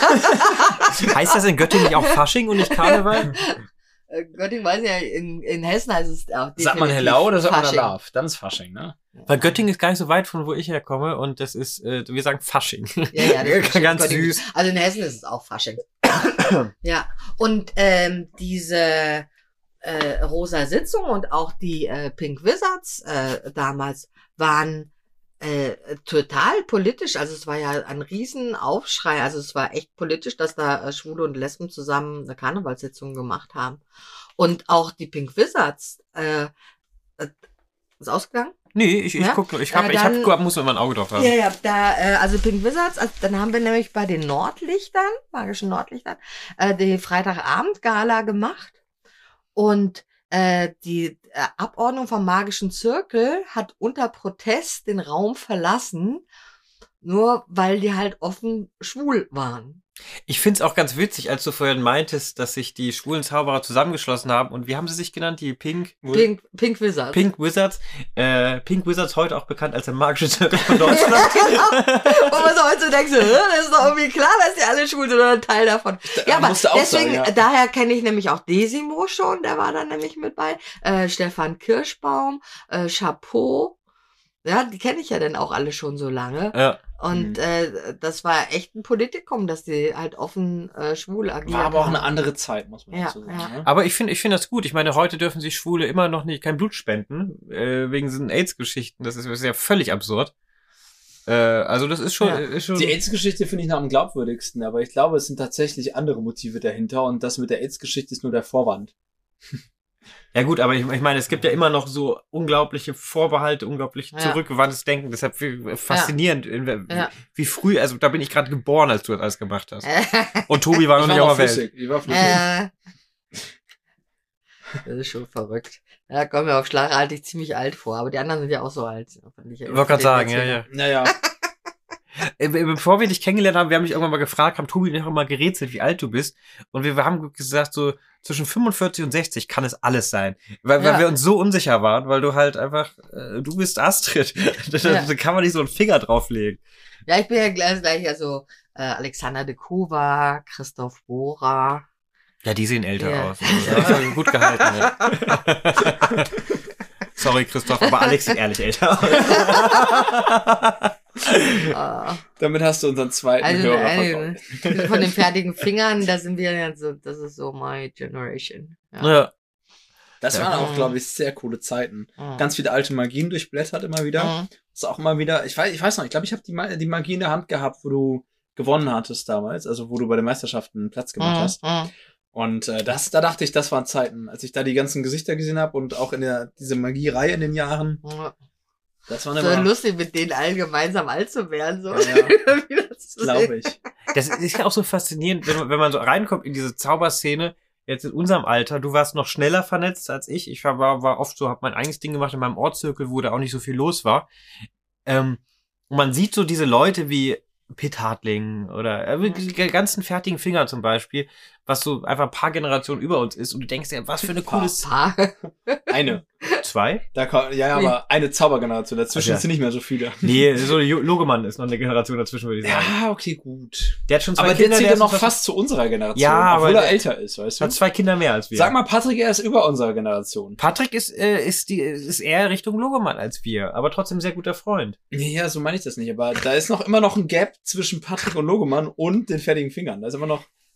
Heißt das in Göttingen nicht auch Fasching und nicht Karneval? Äh, Göttingen weiß ich ja, in, in Hessen heißt es auch Sagt man definitiv Hello oder sagt man Fasching. Love? Dann ist Fasching, ne? Weil Göttingen ist gar nicht so weit von wo ich herkomme und das ist, äh, wir sagen Fasching. Ja, ja, das ist Ganz Göttingen. süß. Also in Hessen ist es auch Fasching. Ja, und ähm, diese äh, Rosa Sitzung und auch die äh, Pink Wizards äh, damals waren äh, total politisch. Also es war ja ein Riesenaufschrei. Also es war echt politisch, dass da äh, Schwule und Lesben zusammen eine Karnevalssitzung gemacht haben. Und auch die Pink Wizards äh, äh, ist ausgegangen? Nee, ich, ich Ja? guck nur. Ich hab, Äh, ich hab, dann- guck, muss immer ein Auge drauf haben. Ja, ja, da, äh, also Pink Wizards, also dann haben wir nämlich bei den Nordlichtern, magischen Nordlichtern, äh, die Freitagabend-Gala gemacht. Und äh, die äh, Abordnung vom magischen Zirkel hat unter Protest den Raum verlassen, nur weil die halt offen schwul waren. Ich find's auch ganz witzig, als du vorhin meintest, dass sich die schwulen Zauberer zusammengeschlossen haben. Und wie haben sie sich genannt? Die Pink, Pink, Pink Wizards. Pink Wizards. Äh, Pink Wizards heute auch bekannt als der magische Zirkel von Deutschland. Wo man so heute so denkt, so, "Hä, das ist doch irgendwie klar, dass die alle schwul sind oder ein Teil davon. Ja, aber musst du auch deswegen, sagen, ja. daher kenne ich nämlich auch Desimo schon, der war dann nämlich mit bei. Äh, Stefan Kirschbaum, äh, Chapeau. Ja, die kenne ich ja dann auch alle schon so lange. ja. Und Mhm. äh, das war echt ein Politikum, dass die halt offen äh, schwul agieren. War aber auch eine andere Zeit, muss man Ja, dazu sagen. ja. Ne? Aber ich finde ich finde das gut. Ich meine, heute dürfen sich Schwule immer noch nicht kein Blut spenden, äh, wegen diesen AIDS-Geschichten. Das ist, das ist ja völlig absurd. Äh, also das ist schon, Ja. ist schon Die AIDS-Geschichte finde ich noch am glaubwürdigsten, aber ich glaube, es sind tatsächlich andere Motive dahinter und das mit der AIDS-Geschichte ist nur der Vorwand. Ja gut, aber ich, ich meine, es gibt ja immer noch so unglaubliche Vorbehalte, unglaublich Ja. zurückgewandtes Denken. Deshalb wie- faszinierend, in- wie, Ja. wie früh, also da bin ich gerade geboren, als du das alles gemacht hast. Und Tobi war noch nicht auf der Welt. flüssig. Ich war flüssig. äh, das ist schon verrückt. Ja, kommen wir auf Schlag halte ich ziemlich alt vor, aber die anderen sind ja auch so alt. Fand ich ja Ich wollte gerade sagen, ja, erzählen. ja. Naja, Äh, Bevor wir dich kennengelernt haben, wir haben dich irgendwann mal gefragt, haben Tobi und ich auch mal gerätselt, wie alt du bist. Und wir haben gesagt, so zwischen fünfundvierzig und sechzig kann es alles sein. Weil, weil Ja. wir uns so unsicher waren, weil du halt einfach, äh, du bist Astrid. Da Ja. da kann man nicht so einen Finger drauflegen. Ja, ich bin ja gleich, gleich also äh, Alexander de Kova, Christoph Bohrer. Ja, die sehen älter Ja. aus. Also, gut gehalten. Ja. Sorry, Christoph, aber Alex sieht ehrlich älter aus. Äh, damit hast du unseren zweiten also, Hörer also verkauft. von den fertigen Fingern, da sind wir ja so, das ist so my generation. Ja. Ja. Das Ja. waren auch, glaube ich, sehr coole Zeiten. Mhm. Ganz viele alte Magien durchblättert immer wieder. Mhm. Das ist auch immer wieder, ich weiß, ich weiß noch, ich glaube, ich habe die, Ma- die Magie in der Hand gehabt, wo du gewonnen hattest damals, also wo du bei den Meisterschaften einen Platz gemacht Mhm. hast. Mhm. Und äh, das, da dachte ich, das waren Zeiten, als ich da die ganzen Gesichter gesehen habe und auch in der diese Magiereihe in den Jahren. Mhm. Das war So immer, lustig, mit denen allen gemeinsam alt zu werden, so. Ja, ja. Wie das zu glaube sehen. ich. Das ist ja auch so faszinierend, wenn man, wenn man so reinkommt in diese Zauberszene, jetzt in unserem Alter. Du warst noch schneller vernetzt als ich. Ich war, war, war oft so, habe mein eigenes Ding gemacht in meinem Ortszirkel, wo da auch nicht so viel los war. Ähm, und man sieht so diese Leute wie Pitt Hartling oder äh, die ganzen fertigen Finger zum Beispiel, was so einfach ein paar Generationen über uns ist. Und du denkst dir, was für eine coole Z- Paar. Eine. Zwei? Da kann, ja, ja, aber eine Zaubergeneration. Dazwischen Ach ja. sind nicht mehr so viele. Nee, so Jo- Logemann ist noch eine Generation dazwischen, würde ich sagen. Ja, okay, gut. Der hat schon zwei Aber Kinder. der zählt der ja noch ist fast zu unserer Generation, Ja, obwohl aber er der- älter ist, weißt du? hat zwei Kinder mehr als wir. Sag mal, Patrick, er ist über unserer Generation. Patrick ist, äh, ist, die, ist eher Richtung Logemann als wir, aber trotzdem sehr guter Freund. Nee, ja, so meine ich das nicht. Aber da ist noch immer noch ein Gap zwischen Patrick und Logemann und den fertigen Fingern. Da ist immer noch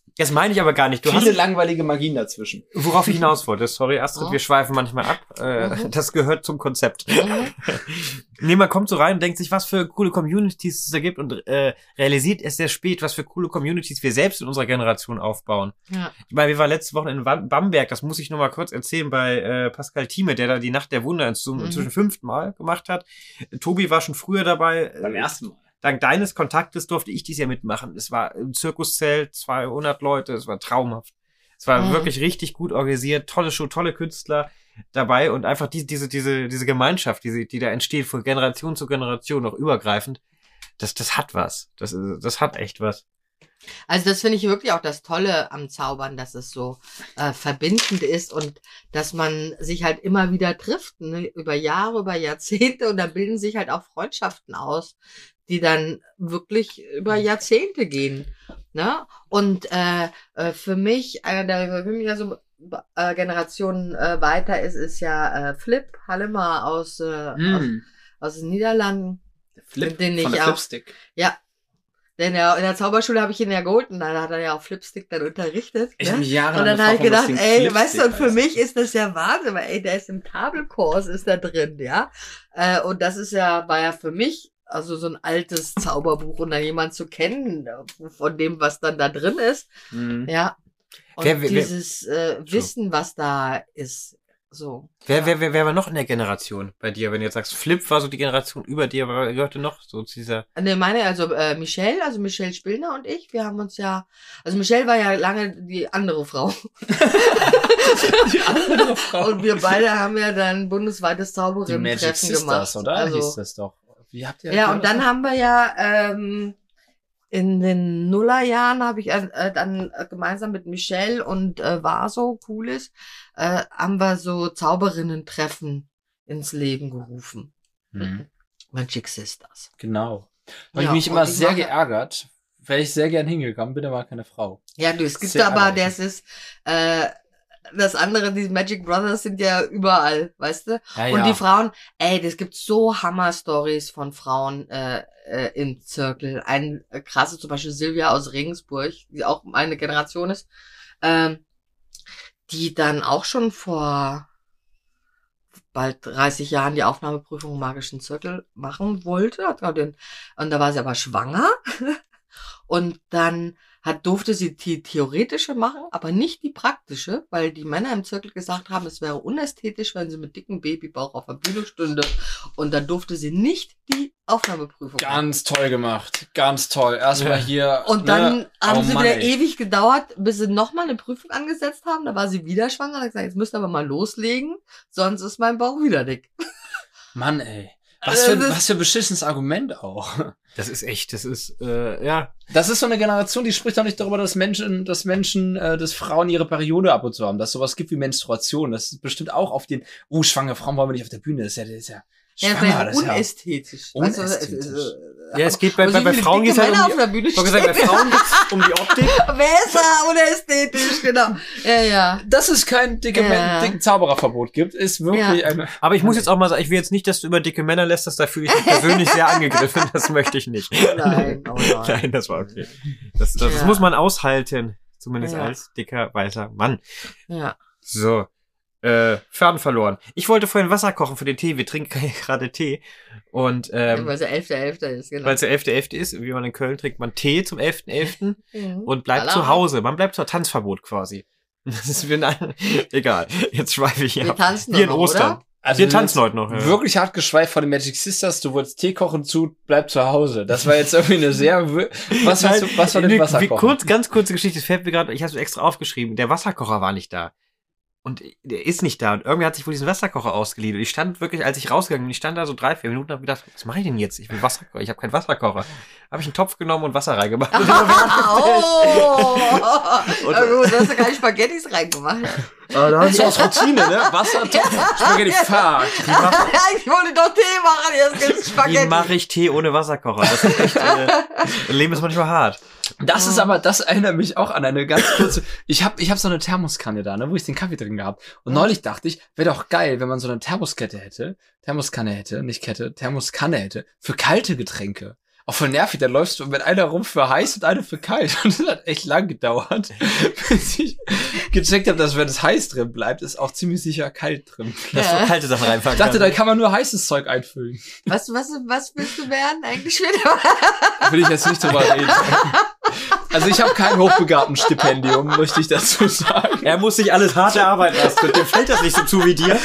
Das meine ich aber gar nicht. Du Viele hast, langweilige Magien dazwischen. worauf ich hinaus wollte. Sorry, Astrid, Oh. wir schweifen manchmal ab. Äh, Mhm. Das gehört zum Konzept. Mhm. Nee, man kommt so rein und denkt sich, was für coole Communities es da gibt und äh, realisiert erst sehr spät, was für coole Communities wir selbst in unserer Generation aufbauen. Ja. Ich meine, wir waren letzte Woche in Wa- Bamberg, das muss ich nur mal kurz erzählen, bei äh, Pascal Thieme, der da die Nacht der Wunder zum Mhm. inzwischen fünften Mal gemacht hat. Tobi war schon früher dabei. Beim ersten Mal. Dank deines Kontaktes durfte ich dies ja mitmachen. Es war im Zirkuszelt, zweihundert Leute, es war traumhaft. Es war Mhm. wirklich richtig gut organisiert, tolle Show, tolle Künstler dabei und einfach die, diese, diese, diese Gemeinschaft, die, die da entsteht, von Generation zu Generation, noch übergreifend, das, das hat was. Das, ist- das hat echt was. Also das finde ich wirklich auch das Tolle am Zaubern, dass es so äh, verbindend ist und dass man sich halt immer wieder trifft, ne? Über Jahre, über Jahrzehnte und da bilden sich halt auch Freundschaften aus, die dann wirklich über Jahrzehnte gehen. Ne? Und äh, äh, für mich, einer der für mich ja so äh, Generationen äh, weiter ist, ist ja äh, Flip Hallemer aus, äh, aus, Mm. aus den Niederlanden. Flip Den von ich der auch- Flipstick. Ja. Denn er, in der Zauberschule habe ich ihn ja geholt und dann hat er ja auch Flipstick dann unterrichtet. Ich ne? habe jahrelang Und dann habe ich gefragt, gedacht, warum das Ding ey, weißt du, und für Flipstick mich ist das ja Wahnsinn, weil ey, der ist im Kabelkurs, ist da drin, ja. Äh, und das ist ja, war ja für mich, also so ein altes Zauberbuch und dann jemand zu kennen, äh, von dem, was dann da drin ist, heißt. Mhm. ja. Und Wer- wer- wer- dieses äh, Wissen, was da ist, so. Wer, ja. wer, wer, wer war noch in der Generation bei dir, wenn du jetzt sagst, Flip war so die Generation über dir, aber wer gehörte noch so zu dieser, Ne, meine, also äh, Michelle, also Michelle Spillner und ich, wir haben uns ja, also Michelle war ja lange die andere Frau. Die andere Frau. Und wir beide haben ja dann bundesweites Die Magic Zauberinnen-Treffen gemacht. Sisters, oder? Also, Hieß das doch. Wie habt ihr ja, wie und war dann das haben wir ja ähm, in den Nullerjahren habe ich äh, äh, dann äh, gemeinsam mit Michelle und äh, war so cool ist, äh, haben wir so Zauberinnen-Treffen ins Leben gerufen. noch? Mhm. Magic Sisters. Genau. Habe Ja, ich mich und immer ich sehr mache- geärgert, weil ich sehr gern hingegangen bin, aber keine Frau. Ja, du, es gibt Sehr aber, ärgerlich. das ist, äh, das andere, die Magic Brothers sind ja überall, weißt du? Ja, Und ja. die Frauen, ey, das gibt so Hammer-Stories von Frauen äh, äh, im Zirkel. Ein äh, krasse, zum Beispiel Silvia aus Regensburg, die auch meine Generation ist, ähm, die dann auch schon vor bald dreißig Jahren die Aufnahmeprüfung im Magischen Zirkel machen wollte. Hat gerade den- Und da war sie aber schwanger. Und dann hat, durfte sie die theoretische machen, aber nicht die praktische, weil die Männer im Zirkel gesagt haben, es wäre unästhetisch, wenn sie mit dicken Babybauch auf der Bühne stünde. Und dann durfte sie nicht die Aufnahmeprüfung machen. Ganz toll gemacht. Ganz toll. Erstmal hier. Und dann ne? haben Oh sie Mann, wieder ey. ewig gedauert, bis sie nochmal eine Prüfung angesetzt haben. Da war sie wieder schwanger. Da hat gesagt, jetzt müsst ihr aber mal loslegen, sonst ist mein Bauch wieder dick. Mann, ey. Was für, Also das- was für ein beschissenes Argument auch. das ist echt, das ist, äh, ja, Das ist so eine Generation, die spricht doch nicht darüber, dass Menschen, dass Menschen, äh, dass Frauen ihre Periode ab und zu haben, dass es sowas gibt wie Menstruation. Das ist bestimmt auch auf den, oh, schwangere Frauen wollen wir nicht auf der Bühne. Das ist ja, das ist ja Ja, das schwanger. wäre das ist ja, unästhetisch. Weißt du, es ist, Unästhetisch. äh, ja, es geht bei, wo bei, so bei viele Frauen dicke geht's halt Männer um auf die, der Bühne ich wollte sagen, bei stehen. Frauen geht's um die Optik. Besser, unästhetisch, genau. Ja, ja. dass es kein dicke, Ja. Men- dicken Zaubererverbot gibt, ist wirklich Ja. eine. Aber ich muss jetzt auch mal sagen, ich will jetzt nicht, dass du über dicke Männer lässt, da fühle ich mich persönlich sehr angegriffen, das möchte ich nicht. Nein, oh nein. Nein, das war okay. Das, das, das Ja. muss man aushalten, zumindest Ja. als dicker, weißer Mann. Ja. So, äh, Faden verloren. Ich wollte vorhin Wasser kochen für den Tee, wir trinken gerade Tee und ähm, Weil es ja elfter elfter ist, genau. weil es der elfte elfte ist, wie man in Köln trinkt man Tee zum elften elften Mhm. und bleibt Alarm. zu Hause. Man bleibt zur Tanzverbot quasi. Das ist wie ein, egal, jetzt schweife ich Wir ab. tanzen Wie in doch noch, Ostern. oder? Also Wir du tanzen hast heute noch. Ja. Wirklich hart geschweift von den Magic Sisters. Du wolltest Tee kochen zu, bleib zu Hause. Das war jetzt irgendwie eine sehr, wi- was, was, Nein, was war denn nee, Wasser wie, kochen? kurz, ganz kurze Geschichte, das fällt mir gerade, ich habe es extra aufgeschrieben, der Wasserkocher war nicht da. Und der ist nicht da. Und irgendwer hat sich wohl diesen Wasserkocher ausgeliehen. Und ich stand wirklich, als ich rausgegangen bin, ich stand da so drei, vier Minuten und habe gedacht, was mache ich denn jetzt? Ich will Wasserkocher, ich habe keinen Wasserkocher. Habe ich einen Topf genommen und Wasser reingemacht. Und oh! Und- Ja gut, du hast ja keine Spaghettis reingemacht. So aus Routine, ne? Wasser, Topf, Spaghetti, fuck. Ich wollte doch Tee machen, jetzt gibt's Wie Spaghetti. mache ich Tee ohne Wasserkocher? Das ist echt, äh, Leben ist manchmal hart. Das ist aber, das erinnert mich auch an eine ganz kurze, ich habe ich hab so eine Thermoskanne da, ne, wo ich den Kaffee drin gehabt. Und neulich dachte ich, wäre doch geil, wenn man so eine Thermoskette hätte, Thermoskanne hätte, nicht Kette, Thermoskanne hätte, für kalte Getränke. Auch voll nervig, da läufst du mit einer rum für heiß und einer für kalt. Und das hat echt lang gedauert, bis ich gecheckt habe, dass wenn es heiß drin bleibt, ist auch ziemlich sicher kalt drin. Dass du kalte Sachen Ich reinpacken dachte, da kannst. kann man nur heißes Zeug einfüllen. Was, was, was willst du werden eigentlich wieder? Will ich jetzt nicht drüber reden. Also ich habe kein Hochbegabtenstipendium, möchte ich dazu sagen. Er muss sich alles hart erarbeiten lassen. Dem fällt das nicht so zu wie dir.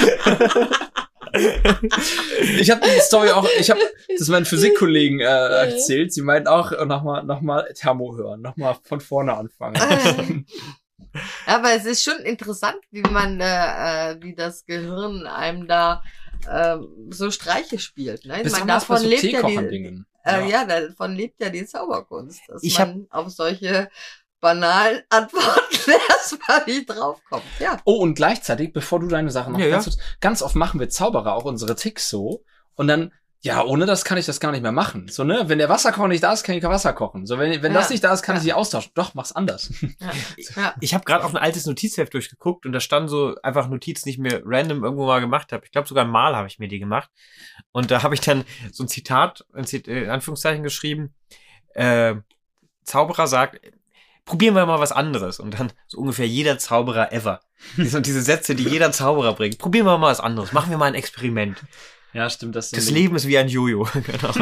Ich habe die Story auch, ich habe das meinen Physikkollegen äh, erzählt. Sie meinten auch, nochmal noch mal Thermo hören, nochmal von vorne anfangen. Aber es ist schon interessant, wie man, äh, wie das Gehirn einem da äh, so Streiche spielt. Ne? Ich meine, davon lebt ja die, äh, ja. ja, davon lebt ja die Zauberkunst, dass ich man auf solche banalen Antworten erstmal nicht draufkommt. Ja. Oh, und gleichzeitig, bevor du deine Sachen noch ja, ganz, ja. ganz oft machen wir Zauberer auch unsere Ticks so und dann ja, ohne das kann ich das gar nicht mehr machen. So, ne? Wenn der Wasserkocher nicht da ist, kann ich kein Wasser kochen. So, wenn, wenn ja. das nicht da ist, kann ja. ich nicht austauschen. Doch, mach's anders. Ja. Ja. Ich habe gerade auf ein altes Notizheft durchgeguckt und da standen so einfach Notizen, die ich mir random irgendwo mal gemacht habe. Ich glaube sogar mal habe ich mir die gemacht. Und da habe ich dann so ein Zitat, in Anführungszeichen geschrieben, äh, Zauberer sagt, probieren wir mal was anderes. Und dann so ungefähr jeder Zauberer ever. Das sind diese Sätze, die jeder Zauberer bringt. Probieren wir mal was anderes. Machen wir mal ein Experiment. Ja, stimmt. Das, das Leben ist wie ein Jojo. Genau.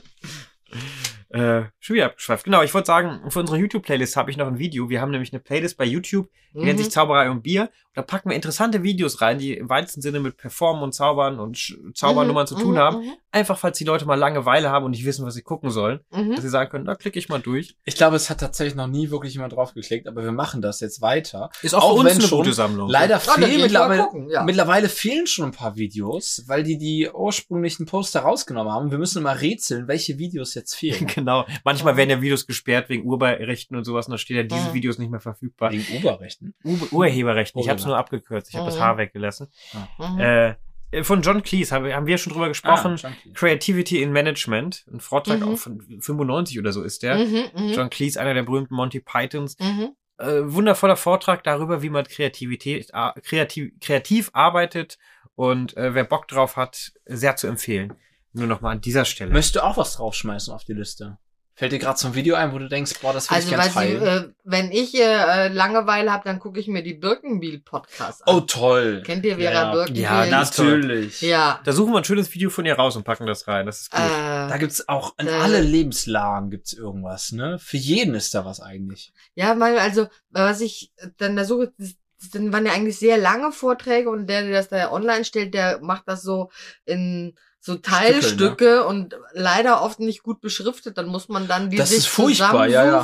äh, schon wieder abgeschweift. Genau, ich wollte sagen, für unsere YouTube-Playlist habe ich noch ein Video. Wir haben nämlich eine Playlist bei YouTube, die mhm. nennt sich Zauberei und Bier. Und da packen wir interessante Videos rein, die im weitesten Sinne mit Performen und Zaubern und Sch- Zaubernummern mhm. zu tun mhm. haben. Einfach, falls die Leute mal Langeweile haben und nicht wissen, was sie gucken sollen. Mhm. Dass sie sagen können, da klicke ich mal durch. Ich glaube, es hat tatsächlich noch nie wirklich jemand drauf geklickt, aber wir machen das jetzt weiter. Ist auch, auch für uns eine gute Sammlung. Leider ja, fehlen mittlerweile, gucken, ja. mittlerweile fehlen schon ein paar Videos, weil die die ursprünglichen Poster rausgenommen haben. Wir müssen mal rätseln, welche Videos jetzt fehlen. Genau. Manchmal werden ja Videos gesperrt wegen Urheberrechten und sowas und da steht ja diese Videos nicht mehr verfügbar. Wegen Urheberrechten? Ur- Urheberrechten. Ich habe es nur abgekürzt. Ich habe mhm. das H weggelassen. Mhm. Äh, von John Cleese haben, haben wir schon drüber gesprochen. Ah, Creativity in Management. Ein Vortrag mhm. auch von fünfundneunzig oder so ist der. Mhm, John Cleese, einer der berühmten Monty Pythons. Mhm. Äh, wundervoller Vortrag darüber, wie man Kreativität, äh, kreativ, kreativ arbeitet und äh, wer Bock drauf hat, sehr zu empfehlen. Nur noch mal an dieser Stelle. Möchtest du auch was draufschmeißen auf die Liste? Fällt dir gerade so ein Video ein, wo du denkst, boah, das will also, ich gerne teilen? Äh, wenn ich äh, Langeweile habe, dann gucke ich mir die Birkenbiel-Podcasts an. Oh, toll. Kennt ihr Vera ja, Birkenbiel? Ja, natürlich. Ja. Da suchen wir ein schönes Video von ihr raus und packen das rein. Das ist gut. Äh, da gibt's auch, in äh, alle Lebenslagen gibt's irgendwas, ne? Für jeden ist da was eigentlich. Ja, mal, also, was ich dann da suche, das, das waren ja eigentlich sehr lange Vorträge und der, der das da online stellt, der macht das so in so Teilstücke Stücke, ne? Und leider oft nicht gut beschriftet, dann muss man dann die das sich ist furchtbar, ja, ja.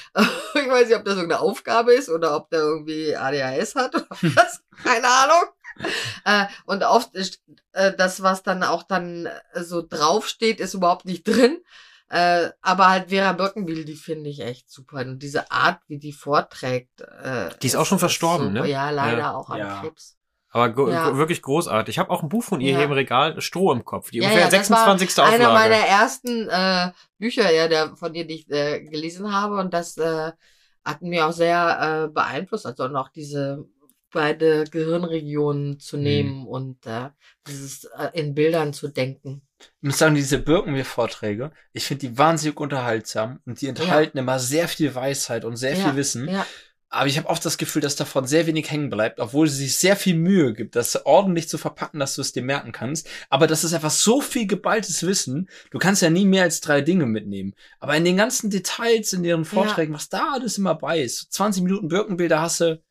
Ich weiß nicht, ob das irgendeine Aufgabe ist oder ob der irgendwie A D H S hat oder was, keine Ahnung. äh, und oft ist äh, das, was dann auch dann äh, so draufsteht, ist überhaupt nicht drin. Äh, aber halt Vera Birkenbiel, die finde ich echt super. Und diese Art, wie die vorträgt. Äh, die ist auch schon verstorben, super. ne? Ja, leider ja. auch an ja. Krebs. Aber go- ja. wirklich großartig. Ich habe auch ein Buch von ihr ja. hier im Regal, Stroh im Kopf. Die ja, ungefähr ja, sechsundzwanzigste Auflage. Auflage. Einer meiner ersten äh, Bücher, ja, der von dir, die ich äh, gelesen habe. Und das äh, hat mir auch sehr äh, beeinflusst. Also noch diese beide Gehirnregionen zu nehmen mhm. und äh, dieses äh, in Bildern zu denken. Ich muss sagen, diese Birkenbiel-Vorträge, ich finde die wahnsinnig unterhaltsam und die enthalten ja. immer sehr viel Weisheit und sehr ja. viel Wissen. Ja. Aber ich habe oft das Gefühl, dass davon sehr wenig hängen bleibt, obwohl sie sich sehr viel Mühe gibt, das ordentlich zu verpacken, dass du es dir merken kannst. Aber das ist einfach so viel geballtes Wissen. Du kannst ja nie mehr als drei Dinge mitnehmen. Aber in den ganzen Details in ihren Vorträgen, ja. was da alles immer bei ist, zwanzig Minuten Birkenbilder hast du,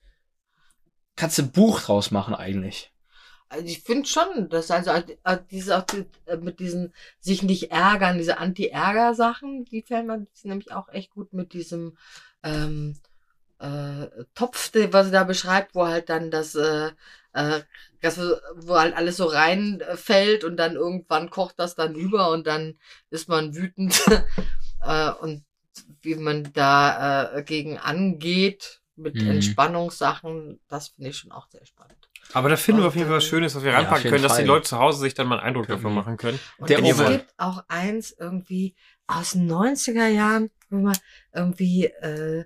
kannst du ein Buch draus machen eigentlich. Also ich finde schon, dass also diese auch die, mit diesen sich nicht ärgern, diese Anti-Ärger-Sachen, die fällt mir nämlich auch echt gut mit diesem ähm, äh, Topf, was sie da beschreibt, wo halt dann das, äh, äh, das wo halt alles so reinfällt und dann irgendwann kocht das dann über und dann ist man wütend äh, und wie man da äh, gegen angeht mit mhm. Entspannungssachen, das finde ich schon auch sehr spannend. Aber da finden und, wir auf jeden Fall was Schönes, was wir reinpacken ja, können, dass Fall. die Leute zu Hause sich dann mal einen Eindruck mhm. davon machen können. Und es gibt auch eins irgendwie aus den neunziger Jahren, wo man irgendwie äh,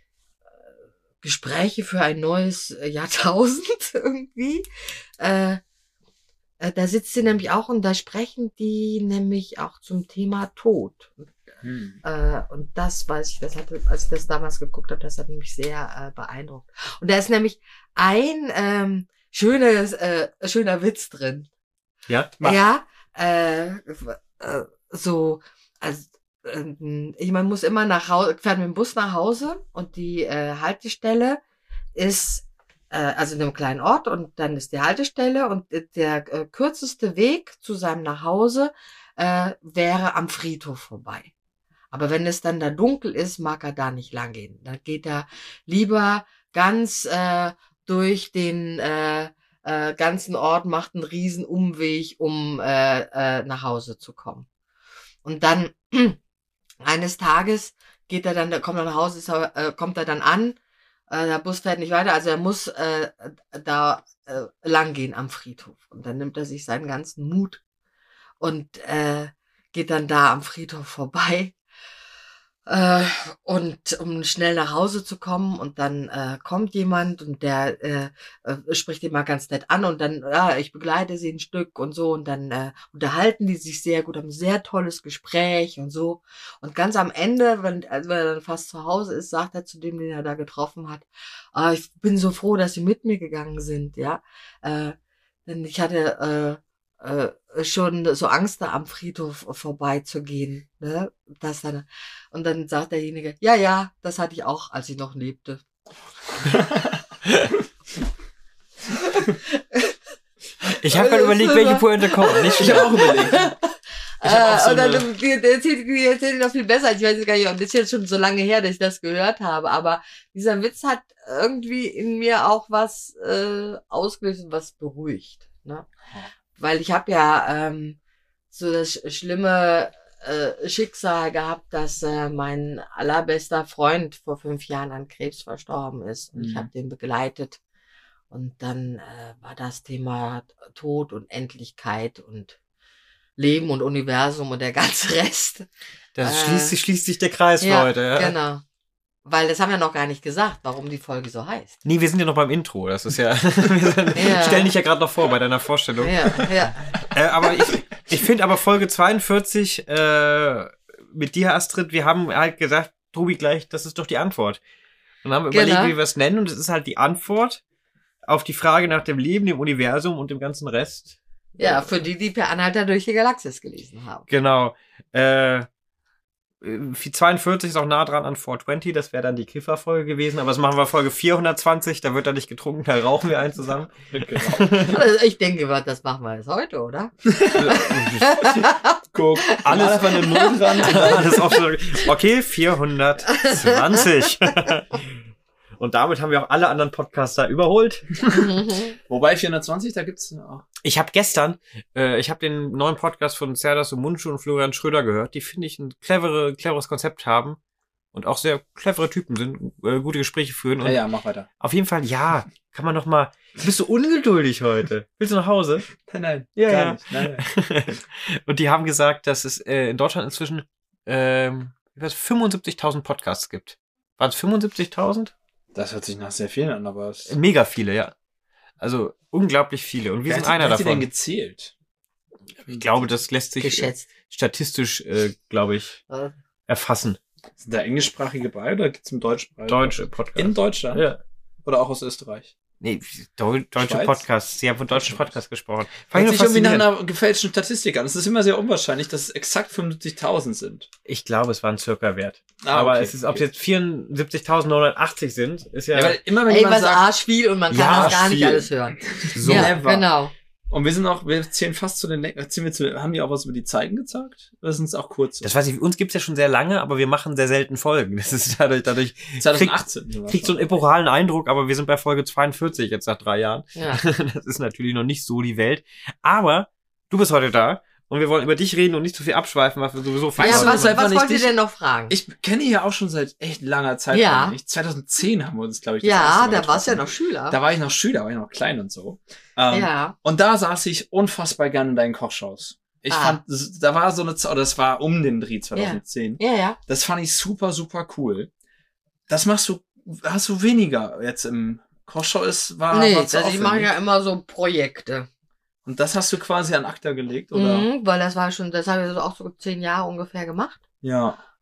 Gespräche für ein neues Jahrtausend irgendwie. Äh, äh, da sitzt sie nämlich auch und da sprechen die nämlich auch zum Thema Tod. Hm. Äh, und das weiß ich, das hatte, als ich das damals geguckt habe, das hat mich sehr äh, beeindruckt. Und da ist nämlich ein ähm, schönes, äh, schöner Witz drin. Ja? Mach. Ja, äh, äh, so, also, ähm, ich man muss immer nach Hause, fährt mit dem Bus nach Hause und die äh, Haltestelle ist äh, also in einem kleinen Ort und dann ist die Haltestelle und der äh, kürzeste Weg zu seinem Nachhause äh, wäre am Friedhof vorbei. Aber wenn es dann da dunkel ist, mag er da nicht lang gehen. Da geht er lieber ganz äh, durch den äh, äh, ganzen Ort, macht einen riesen Umweg, um äh, äh, nach Hause zu kommen. Und dann eines Tages geht er dann, da kommt er nach Hause, ist er, äh, kommt er dann an, äh, der Bus fährt nicht weiter, also er muss äh, da äh, lang gehen am Friedhof. Und dann nimmt er sich seinen ganzen Mut und äh, geht dann da am Friedhof vorbei. Äh, und um schnell nach Hause zu kommen und dann äh, kommt jemand und der äh, äh, spricht ihn mal ganz nett an und dann, ja, ich begleite sie ein Stück und so und dann äh, unterhalten die sich sehr gut, haben ein sehr tolles Gespräch und so und ganz am Ende, wenn, also wenn er dann fast zu Hause ist, sagt er zu dem, den er da getroffen hat, ah, ich bin so froh, dass sie mit mir gegangen sind, ja, äh, denn ich hatte äh, äh, schon so Angst, da am Friedhof vorbeizugehen, ne? Das dann, und dann sagt derjenige, ja, ja, das hatte ich auch, als ich noch lebte. Ich habe gerade überlegt, welche Pointe kommt. Nicht Ich habe auch überlegt. Ich hab auch so Äh, und dann eine- die- die erzählt die erzählt noch viel besser. Ich weiß es gar nicht, das ist jetzt schon so lange her, dass ich das gehört habe, aber dieser Witz hat irgendwie in mir auch was äh, ausgelöst, was beruhigt, ne? Weil ich habe ja ähm, so das schlimme äh, Schicksal gehabt, dass äh, mein allerbester Freund vor fünf Jahren an Krebs verstorben ist. Und Mhm. ich habe den begleitet. Und dann äh, war das Thema Tod und Endlichkeit und Leben und Universum und der ganze Rest. Das Äh, schließt, sich, schließt sich der Kreis für heute. Ja. Genau. Weil das haben wir noch gar nicht gesagt, warum die Folge so heißt. Nee, wir sind ja noch beim Intro. Das ist ja. Wir sind, Ja. stellen dich ja gerade noch vor bei deiner Vorstellung. Ja, ja. Äh, aber ich, ich finde aber Folge zweiundvierzig äh, mit dir, Astrid, wir haben halt gesagt, Tobi, gleich, das ist doch die Antwort. Und dann haben wir Genau. überlegt, wie wir es nennen. Und es ist halt die Antwort auf die Frage nach dem Leben, dem Universum und dem ganzen Rest. Ja, für die, die Per Anhalter durch die Galaxis gelesen haben. Genau. Äh, zweiundvierzig ist auch nah dran an vierhundertzwanzig, das wäre dann die Kiffer-Folge gewesen, aber das machen wir Folge vierhundertzwanzig, da wird dann nicht getrunken, da rauchen wir einen zusammen. Also ich denke, das machen wir jetzt heute, oder? Guck, Alles- alles von eine Null dran. Alles auf so, okay, vierhundertzwanzig. Und damit haben wir auch alle anderen Podcaster überholt. Wobei vierhundertzwanzig, da gibt's auch. Ich habe gestern, äh, ich habe den neuen Podcast von Serdas und Mundschuh und Florian Schröder gehört, die finde ich ein clevere, cleveres Konzept haben und auch sehr clevere Typen sind, äh, gute Gespräche führen. Und Ja, ja, mach weiter. auf jeden Fall, ja, kann man noch mal. Bist du ungeduldig heute? Willst du nach Hause? Nein, nein, Ja, gar ja. nicht. Nein, nein. Und die haben gesagt, dass es äh, in Deutschland inzwischen ähm, ich weiß, fünfundsiebzigtausend Podcasts gibt. Waren es fünfundsiebzigtausend? Das hört sich nach sehr vielen an, aber es Mega viele, ja. Also unglaublich viele. Und wir Wer sind hat- einer wer hat die davon. denn gezählt? Ich glaube, das lässt sich äh, Geschätzt. statistisch, äh, glaube ich, Äh, erfassen. Sind da englischsprachige bei oder gibt's im deutschsprachigen? Deutsche Podcasts. In Deutschland? Ja. Oder auch aus Österreich? Nee, Deu deutsche Schweiz? Podcasts. Sie haben von deutschen Schweiz. Podcasts gesprochen. Hört sich irgendwie nach faszinierend. einer gefälschten Statistik an. Es ist immer sehr unwahrscheinlich, dass es exakt fünfundsiebzigtausend sind. Ich glaube, es war ein circa Wert. Ah, Aber okay, es ist, ob es okay. jetzt vierundsiebzigtausendneunhundertachtzig sind, ist ja, Ja, weil immer wenn ey, jemand was sagt, arsch viel und man kann Ja, das gar nicht viel. alles hören. so. ja, never. genau. und wir sind auch, wir zählen fast zu den, Lä- zählen wir zu, haben die auch was über die Zeiten gesagt? Oder sind es auch kurze? Das weiß ich, uns gibt's ja schon sehr lange, aber wir machen sehr selten Folgen. Das ist dadurch, dadurch zweitausendachtzehn. sind wir kriegt so schon. einen epochalen Eindruck, aber wir sind bei Folge zweiundvierzig jetzt nach drei Jahren. Ja. Das ist natürlich noch nicht so die Welt. Aber du bist heute da und wir wollen über dich reden und nicht zu viel abschweifen, was wir sowieso Weißt Ja, du, was, was einfach was nicht wollt ihr dich- denn noch fragen? Ich kenne ihn ja auch schon seit echt langer Zeit. Ja. eigentlich. zweitausendzehn haben wir uns, glaube ich, das ja, erste Mal da warst du ja getroffen. noch Schüler. Da war ich noch Schüler, war ich noch klein und so. Ähm, ja. Und da saß ich unfassbar gerne in deinen Kochshows. Ich Ah. fand, das- da war so eine, Z- oder das war um den Dreh zweitausendzehn. Ja, ja. Das fand ich super, super cool. Das machst du, hast du weniger jetzt im Kochshow ist, war, Nee, war zu also ich mache aufwendig. ja immer so Projekte. Und das hast du quasi an ACTA gelegt, oder? Mhm, weil das war schon, das habe ich so auch so zehn Jahre ungefähr gemacht. Ja.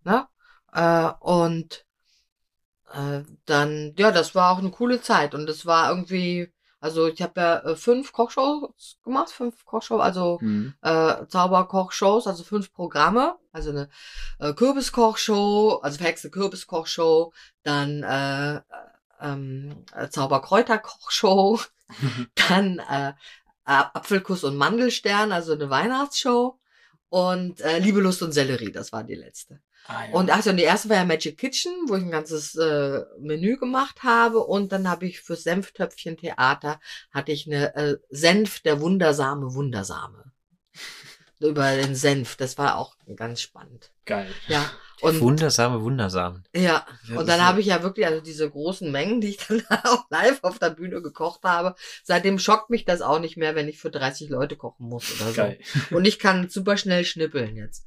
Ne? Äh, und äh, dann, ja, das war auch eine coole Zeit. Und es war irgendwie, also ich habe ja äh, fünf Kochshows gemacht, fünf Kochshows, also Mhm. äh, Zauberkochshows, also fünf Programme, also eine äh, Kürbiskochshow, also verhexte Kürbiskochshow, dann äh, ähm, äh, Zauberkräuterkochshow, dann äh, äh, Apfelkuss und Mandelstern, also eine Weihnachtsshow und äh, Liebe, Lust und Sellerie, das war die letzte. Ah, ja. Und also und die erste war ja Magic Kitchen, wo ich ein ganzes äh, Menü gemacht habe und dann habe ich fürs Senftöpfchen Theater hatte ich eine äh, Senf der Wundersame Wundersame über den Senf, das war auch ganz spannend. Geil. Ja. Und Wundersame, wundersam. ja, Ja, und das dann ist- habe ich ja wirklich also diese großen Mengen, die ich dann auch live auf der Bühne gekocht habe. Seitdem schockt mich das auch nicht mehr, wenn ich für dreißig Leute kochen muss oder so. Geil. Und ich kann super schnell schnippeln jetzt.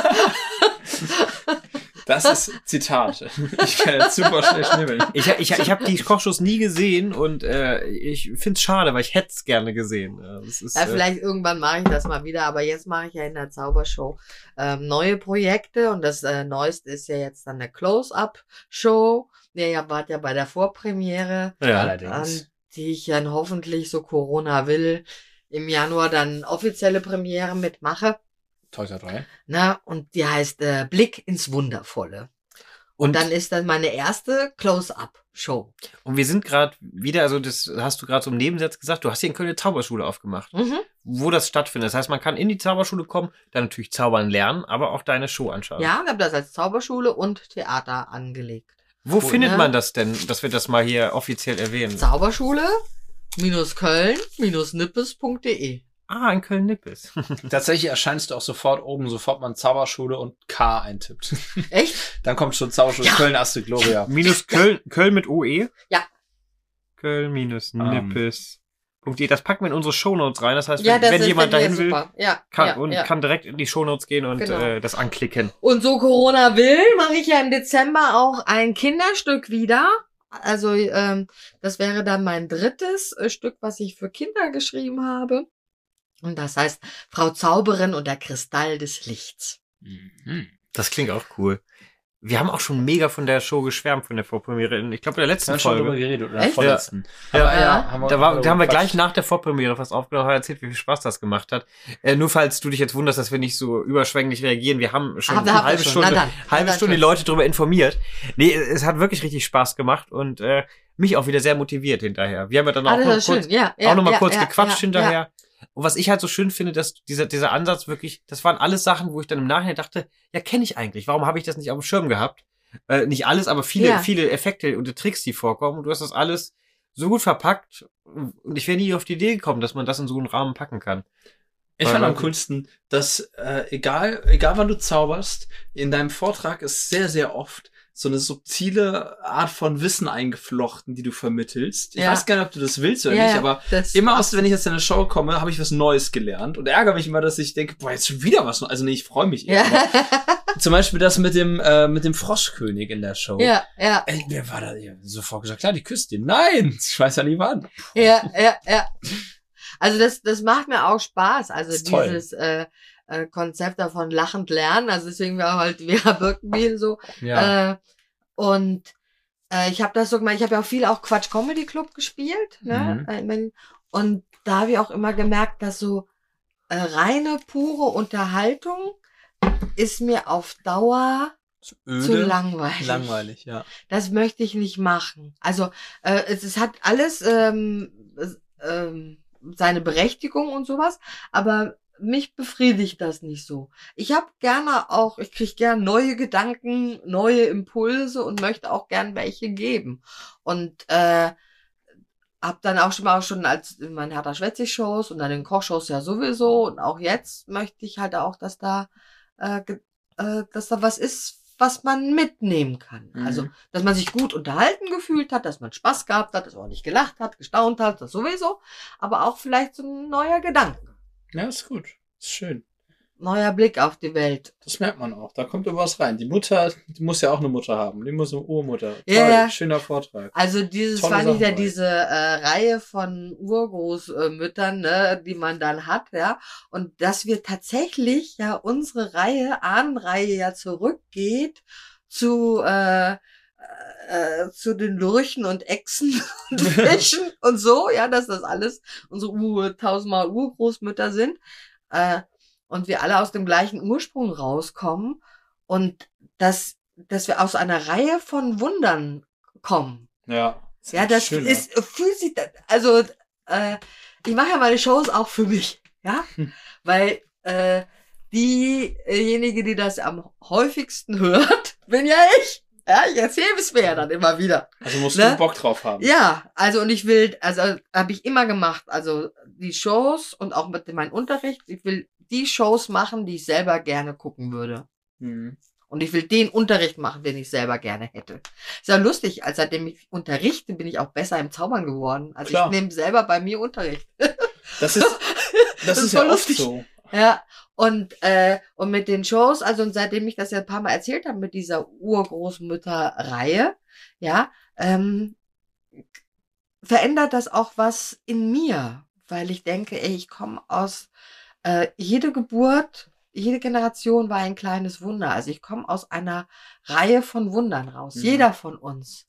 Das ist Zitat. Ich kann jetzt super schnell schnibbeln. Ich, ich, ich habe die Kochshows nie gesehen und äh, ich find's schade, weil ich hätte es gerne gesehen. Ja, das ist, Ja, äh, vielleicht irgendwann mache ich das mal wieder, aber jetzt mache ich ja in der Zaubershow ähm, neue Projekte und das äh, Neueste ist ja jetzt dann eine Close-Up-Show. Ja, ja, wart ja bei der Vorpremiere, ja. Allerdings. an die ich dann hoffentlich, so Corona will, im Januar dann offizielle Premiere mitmache. Toi, toi, toi. Na, und die heißt äh, Blick ins Wundervolle. Und, Und, dann ist dann meine erste Close-Up-Show. und wir sind gerade wieder, also das hast du gerade so im Nebensatz gesagt, du hast hier in Köln eine Zauberschule aufgemacht, Mhm. wo das stattfindet. Das heißt, man kann in die Zauberschule kommen, dann natürlich zaubern lernen, aber auch deine Show anschauen. Ja, ich habe das als Zauberschule und Theater angelegt. Wo Cool, findet ne? man das denn, dass wir das mal hier offiziell erwähnen? Zauberschule minus Köln minus nippes punkt de. Ah, in Köln-Nippes. Tatsächlich erscheinst du auch sofort oben, sofort man Zauberschule und K eintippt. Echt? Dann kommt schon Zauberschule Ja. Köln Aste Gloria. Minus Köln, Köln mit O E? Ja. Köln minus Nippes. Punkt de. Das packen wir in unsere Shownotes rein. Das heißt, Ja, wenn, das wenn ist jemand dann dahin wieder will, super. Ja, kann, ja, und ja. kann direkt in die Shownotes gehen und Genau. äh, das anklicken. Und so Corona will, mache ich ja im Dezember auch ein Kinderstück wieder. Also ähm, das wäre dann mein drittes äh, Stück, was ich für Kinder geschrieben habe. Und das heißt Frau Zauberin und der Kristall des Lichts. Mhm. Das klingt auch cool. Wir haben auch schon mega von der Show geschwärmt, von der Vorpremiere. in- Ich glaube, in der Wir letzten haben schon drüber Folge. geredet, oder? Echt? Vorletzten. Ja. Aber Ja. haben wir, Da, war, da haben wir gleich gequatscht. nach der Vorpremiere was aufgenommen, haben erzählt, wie viel Spaß das gemacht hat. Äh, nur falls du dich jetzt wunderst, dass wir nicht so überschwänglich reagieren. Wir haben schon Habt ihr- eine habt ihr halbe schon? Stunde, Na dann. Na halbe dann Stunde die schon. Leute darüber informiert. Nee, es hat wirklich richtig Spaß gemacht und äh, mich auch wieder sehr motiviert hinterher. Wir haben ja dann auch Ah, das noch ist kurz, schön. Ja, ja, auch noch mal ja, kurz ja, gequatscht ja, hinterher. Ja. Und was ich halt so schön finde, dass dieser, dieser Ansatz wirklich, das waren alles Sachen, wo ich dann im Nachhinein dachte, ja, kenne ich eigentlich. Warum habe ich das nicht auf dem Schirm gehabt? Äh, nicht alles, aber viele, Ja. viele Effekte und Tricks, die vorkommen. Und du hast das alles so gut verpackt. Und ich wäre nie auf die Idee gekommen, dass man das in so einen Rahmen packen kann. Ich fand Weil- am coolsten, dass äh, egal, egal wann du zauberst, in deinem Vortrag ist sehr, sehr oft so eine subtile Art von Wissen eingeflochten, die du vermittelst. Ich Ja. weiß gar nicht, ob du das willst oder Ja, nicht, ja, aber das- immer aus, wenn ich jetzt in eine Show komme, habe ich was Neues gelernt und ärgere mich immer, dass ich denke, boah, jetzt schon wieder was Neues. Also nee, ich freue mich eher. Ja. Aber zum Beispiel das mit dem äh, mit dem Froschkönig in der Show. ja, ja, Ey, mir war da ja, sofort gesagt, klar, die küsst ihn. Nein, ich weiß ja nicht wann. ja, ja, ja. Also das, das macht mir auch Spaß. Also Ist toll. dieses äh, äh, Konzept davon lachend lernen. Also deswegen war halt Vera Birkenbiel so. Ja. Äh, und äh, ich habe das so gemacht, ich habe ja auch viel auch Quatsch Comedy Club gespielt, ne? Mhm. Äh, in Berlin. Und da habe ich auch immer gemerkt, dass so äh, reine, pure Unterhaltung ist mir auf Dauer Öde, zu langweilig. langweilig, ja. Das möchte ich nicht machen. Also äh, es, es hat alles ähm, es, ähm, seine Berechtigung und sowas, aber mich befriedigt das nicht so. Ich habe gerne auch, ich kriege gern neue Gedanken, neue Impulse und möchte auch gern welche geben. Und äh, hab dann auch schon mal auch schon als in meinen Hertha Schwetzig-Shows und dann in Kochshows ja sowieso und auch jetzt möchte ich halt auch, dass da äh, ge- äh, dass da was ist, was man mitnehmen kann. Mhm. Also, dass man sich gut unterhalten gefühlt hat, dass man Spaß gehabt hat, dass man nicht gelacht hat, gestaunt hat, das sowieso, aber auch vielleicht so ein neuer Gedanke. Ja, ist gut. Ist schön. neuer Blick auf die Welt. Das merkt man auch. Da kommt irgendwas rein. Die Mutter, die muss ja auch eine Mutter haben. Die muss eine Urmutter. Ja, Toll, ja. schöner Vortrag. Also dieses Tolle fand ich ja Sachen, diese äh, Reihe von Urgroßmüttern, ne, die man dann hat, ja. Und dass wir tatsächlich ja unsere Reihe, Ahnenreihe ja zurückgeht zu äh, äh, zu den Lurchen und Echsen und Fischen und so, ja, dass das alles unsere Ur tausendmal Urgroßmütter sind. Äh, und wir alle aus dem gleichen Ursprung rauskommen und dass, dass wir aus einer Reihe von Wundern kommen. Ja. Ja, das schön, ist, fühlt sich, also, äh, ich mache ja meine Shows auch für mich, ja, Hm. weil, äh, diejenige, die das am häufigsten hört, bin ja ich. Ja, ich erzähle es mir ja dann immer wieder. Also musst Ne? du Bock drauf haben. Ja, also und ich will, also habe ich immer gemacht, also die Shows und auch mit meinem Unterricht, ich will die Shows machen, die ich selber gerne gucken würde. Mhm. Und ich will den Unterricht machen, den ich selber gerne hätte. Ist ja lustig, als seitdem ich unterrichte, bin ich auch besser im Zaubern geworden. Also Klar. ich nehme selber bei mir Unterricht. Das ist, das Das ist ist ja voll oft lustig. so. Ja, und, äh, und mit den Shows, also und seitdem ich das ja ein paar Mal erzählt habe, mit dieser Urgroßmütter-Reihe, ja, ähm, verändert das auch was in mir, weil ich denke, ey, ich komme aus, äh, jede Geburt, jede Generation war ein kleines Wunder. Also ich komme aus einer Reihe von Wundern raus. Mhm. Jeder von uns.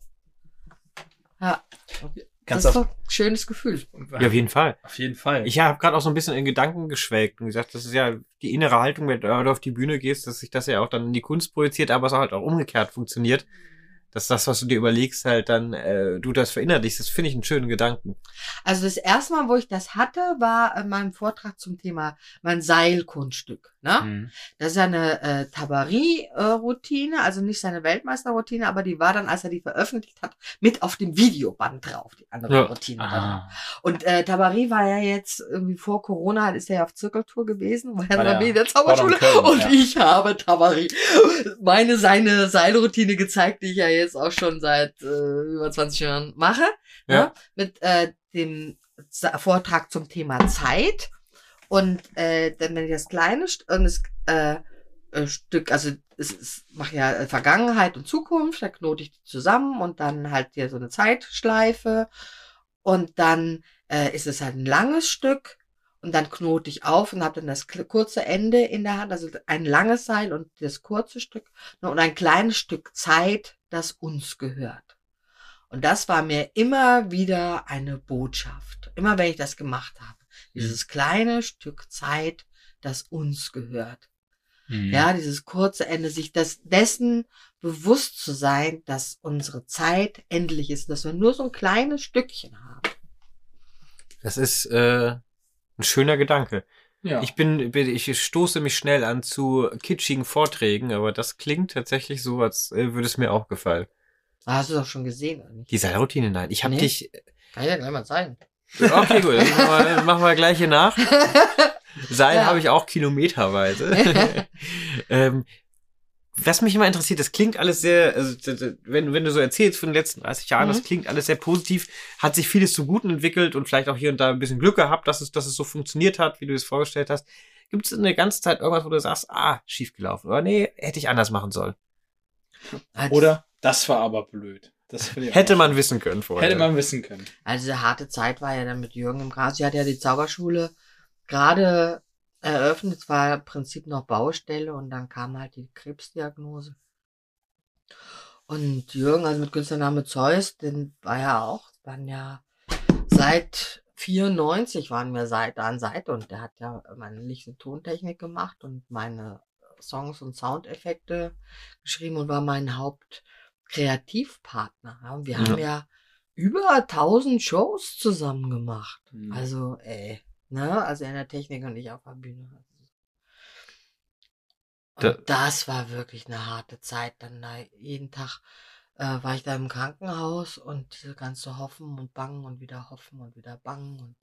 Ja, Ganz das ist auf, doch ein schönes Gefühl. Ja, auf jeden Fall. auf jeden Fall. Ich habe gerade auch so ein bisschen in Gedanken geschwelgt und gesagt, das ist ja die innere Haltung, wenn du auf die Bühne gehst, dass sich das ja auch dann in die Kunst projiziert, aber es halt auch umgekehrt funktioniert. Dass das, was du dir überlegst, halt dann äh, du das verinnerlichst. Das finde ich einen schönen Gedanken. Also das erste Mal, wo ich das hatte, war in meinem Vortrag zum Thema mein Seilkunststück. Ne? Mhm. Das ist ja eine äh, Tabari-Routine, also nicht seine Weltmeisterroutine, aber die war dann, als er die veröffentlicht hat, mit auf dem Videoband drauf, die andere Ja. Routine. Ah. Und äh, Tabari war ja jetzt irgendwie vor Corona, ist er ja auf Zirkeltour gewesen, war ja War bei ja mir in der Zauberschule. Köln, Und ja. ich habe Tabari meine, seine Seilroutine gezeigt, die ich ja jetzt auch schon seit äh, über zwanzig Jahren mache. Ja. Ne? Mit äh, dem Sa- Vortrag zum Thema Zeit. Und äh, dann wenn ich das kleine St und das, äh, äh, Stück, also es, es mache ja äh, Vergangenheit und Zukunft, da knote ich die zusammen und dann halt hier so eine Zeitschleife. Und dann äh, ist es halt ein langes Stück und dann knote ich auf und habe dann das kl- kurze Ende in der Hand, also ein langes Seil und das kurze Stück ne, und ein kleines Stück Zeit, das uns gehört. Und das war mir immer wieder eine Botschaft. Immer wenn ich das gemacht habe. Dieses kleine Stück Zeit, das uns gehört. Mhm. Ja, dieses kurze Ende, sich das dessen bewusst zu sein, dass unsere Zeit endlich ist, dass wir nur so ein kleines Stückchen haben. Das ist äh, ein schöner Gedanke. Ja. Ich bin, bin, ich stoße mich schnell an zu kitschigen Vorträgen, aber das klingt tatsächlich so, als äh, würde es mir auch gefallen. Hast du doch schon gesehen, oder nicht? Die Seilroutine, nein. Ich habe Nee. dich. Kann ich ja gleich mal zeigen. Okay, gut, dann machen wir, machen wir gleich hier nach. Seil Ja. habe ich auch kilometerweise. ähm, was mich immer interessiert, das klingt alles sehr, also, wenn, wenn du so erzählst von den letzten dreißig Jahren, Mhm. das klingt alles sehr positiv, hat sich vieles zu Guten entwickelt und vielleicht auch hier und da ein bisschen Glück gehabt, dass es, dass es so funktioniert hat, wie du es vorgestellt hast. Gibt es in der ganzen Zeit irgendwas, wo du sagst, ah, schiefgelaufen, oder nee, hätte ich anders machen sollen? Also, Oder, das war aber blöd. Das finde ich auch Hätte man schön. wissen können vorher. Hätte man wissen können. Also diese harte Zeit war ja dann mit Jürgen im Gras. Sie hat ja die Zauberschule gerade eröffnet. Es war im Prinzip noch Baustelle und dann kam halt die Krebsdiagnose. Und Jürgen, also mit Künstlername Zeus, den war ja auch, waren ja seit vierundneunzig waren wir Seite an Seite und der hat ja meine Licht- und Tontechnik gemacht und meine Songs und Soundeffekte geschrieben und war mein Hauptkreativpartner. Ja, und wir Ja. haben ja über tausend Shows zusammen gemacht. Mhm. Also, ey, ne, also in der Technik und ich auf der Bühne. Und Da- das war wirklich eine harte Zeit. Dann da jeden Tag äh, war ich da im Krankenhaus und diese ganze Hoffen und Bangen und wieder Hoffen und wieder Bangen und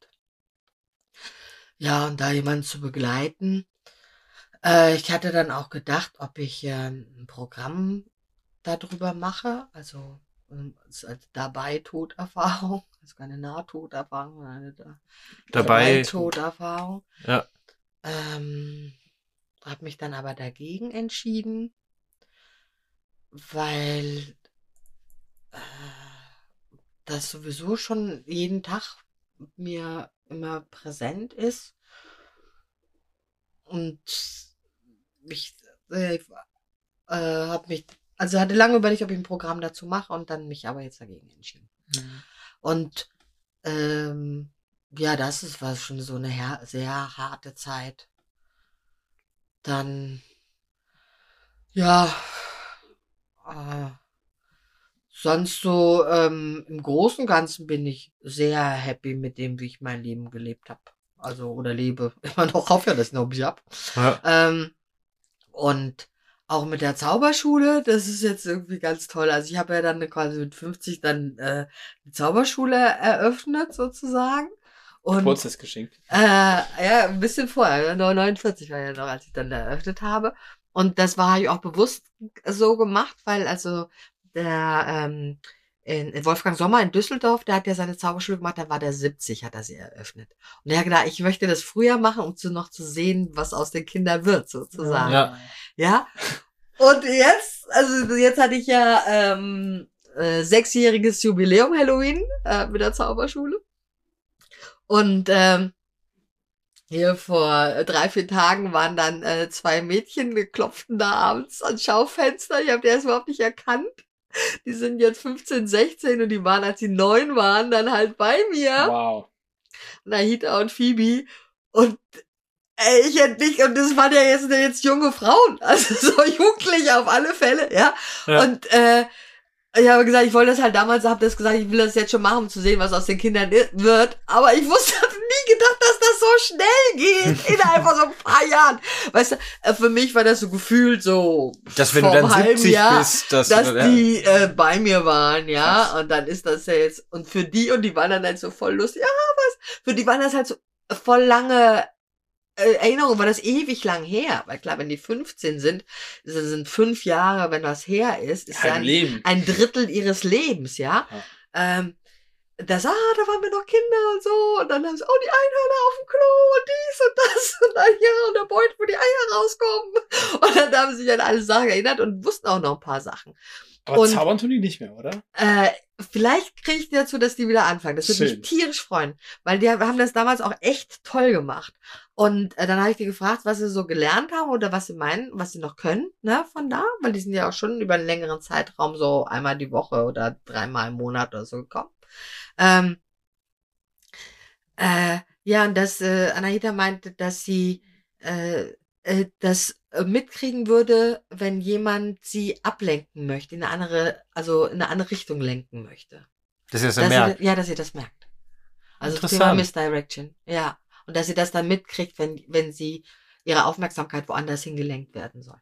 ja, und da jemanden zu begleiten. Äh, ich hatte dann auch gedacht, ob ich äh, ein Programm darüber mache, also ähm, als als Dabei-Toderfahrung, also keine Nahtoderfahrung, sondern eine da Dabei, Dabei-Toderfahrung. ja. Ähm, habe mich dann aber dagegen entschieden, weil äh, das sowieso schon jeden Tag mir immer präsent ist. Und ich äh, äh, habe mich, also hatte lange überlegt, ob ich ein Programm dazu mache und dann mich aber jetzt dagegen entschieden. Mhm. Und ähm, ja, das ist war schon so eine her sehr harte Zeit. Dann, ja, äh, sonst so ähm, im Großen und Ganzen bin ich sehr happy mit dem, wie ich mein Leben gelebt habe. Also, oder lebe. Immer noch hoffe, dass ich noch ein bisschen hab. Ja. Ähm, und auch mit der Zauberschule, das ist jetzt irgendwie ganz toll. Also ich habe ja dann quasi mit fünfzig dann äh, die Zauberschule eröffnet sozusagen. Und Geburtstagsgeschenk. äh, ja, ein bisschen vorher, neunundvierzig war ja noch, als ich dann eröffnet habe. Und das war ich auch bewusst so gemacht, weil also der ähm, in, in Wolfgang Sommer in Düsseldorf, der hat ja seine Zauberschule gemacht, da war der siebzig, hat er sie eröffnet. Und er hat gedacht, ich möchte das früher machen, um zu noch zu sehen, was aus den Kindern wird, sozusagen. Ja. Ja. Und jetzt, also jetzt hatte ich ja ähm, äh, sechsjähriges Jubiläum Halloween äh, mit der Zauberschule. Und ähm, hier vor drei, vier Tagen waren dann äh, zwei Mädchen, die klopften da abends ans Schaufenster. Ich habe die erst überhaupt nicht erkannt. Die sind jetzt fünfzehn, sechzehn und die waren, als sie neun waren, dann halt bei mir. Wow. Nahida und Phoebe. Und ey, ich hätte nicht, und das waren ja jetzt, jetzt junge Frauen, also so jugendlich auf alle Fälle, ja. Ja. Und äh, ich habe gesagt, ich wollte das halt damals, habe das gesagt, ich will das jetzt schon machen, um zu sehen, was aus den Kindern wird. Aber ich wusste, habe nie gedacht, dass das so schnell geht, innerhalb von so ein paar Jahren. Weißt du, für mich war das so gefühlt so, Dass wenn du vom dann halben siebzig Jahr, bist, dass, dass ja. die äh, bei mir waren, ja. Krass. Und dann ist das ja jetzt, und für die, und die waren dann halt so voll lustig, ja, was? Für die waren das halt so voll lange Erinnerung, war das ewig lang her. Weil klar, wenn die fünfzehn sind, das sind fünf Jahre, wenn das her ist, ist ja Halb ein, Leben. ein Drittel ihres Lebens, ja. Ja. Ähm, das, ah, da waren wir noch Kinder und so, und dann haben sie, oh, die Einhörner auf dem Klo und dies und das und dann, ja, und der Beutel, wo die Eier rauskommen. Und dann haben sie sich an alle Sachen erinnert und wussten auch noch ein paar Sachen. Aber und- zaubern tun die nicht mehr, oder? Äh, vielleicht kriege ich die dazu, dass die wieder anfangen. Das würde Schön. mich tierisch freuen, weil die haben das damals auch echt toll gemacht. Und äh, dann habe ich die gefragt, was sie so gelernt haben oder was sie meinen, was sie noch können, ne, von da, weil die sind ja auch schon über einen längeren Zeitraum so einmal die Woche oder dreimal im Monat oder so gekommen. Ähm, äh, ja, und dass äh, Anahita meinte, dass sie äh, äh, das äh, mitkriegen würde, wenn jemand sie ablenken möchte, in eine andere, also in eine andere Richtung lenken möchte. Das ist Dass ja sie, merkt. ja, dass sie das merkt. Also das Thema Interessant. Misdirection. Ja. Und dass sie das dann mitkriegt, wenn, wenn sie ihre Aufmerksamkeit woanders hingelenkt werden soll.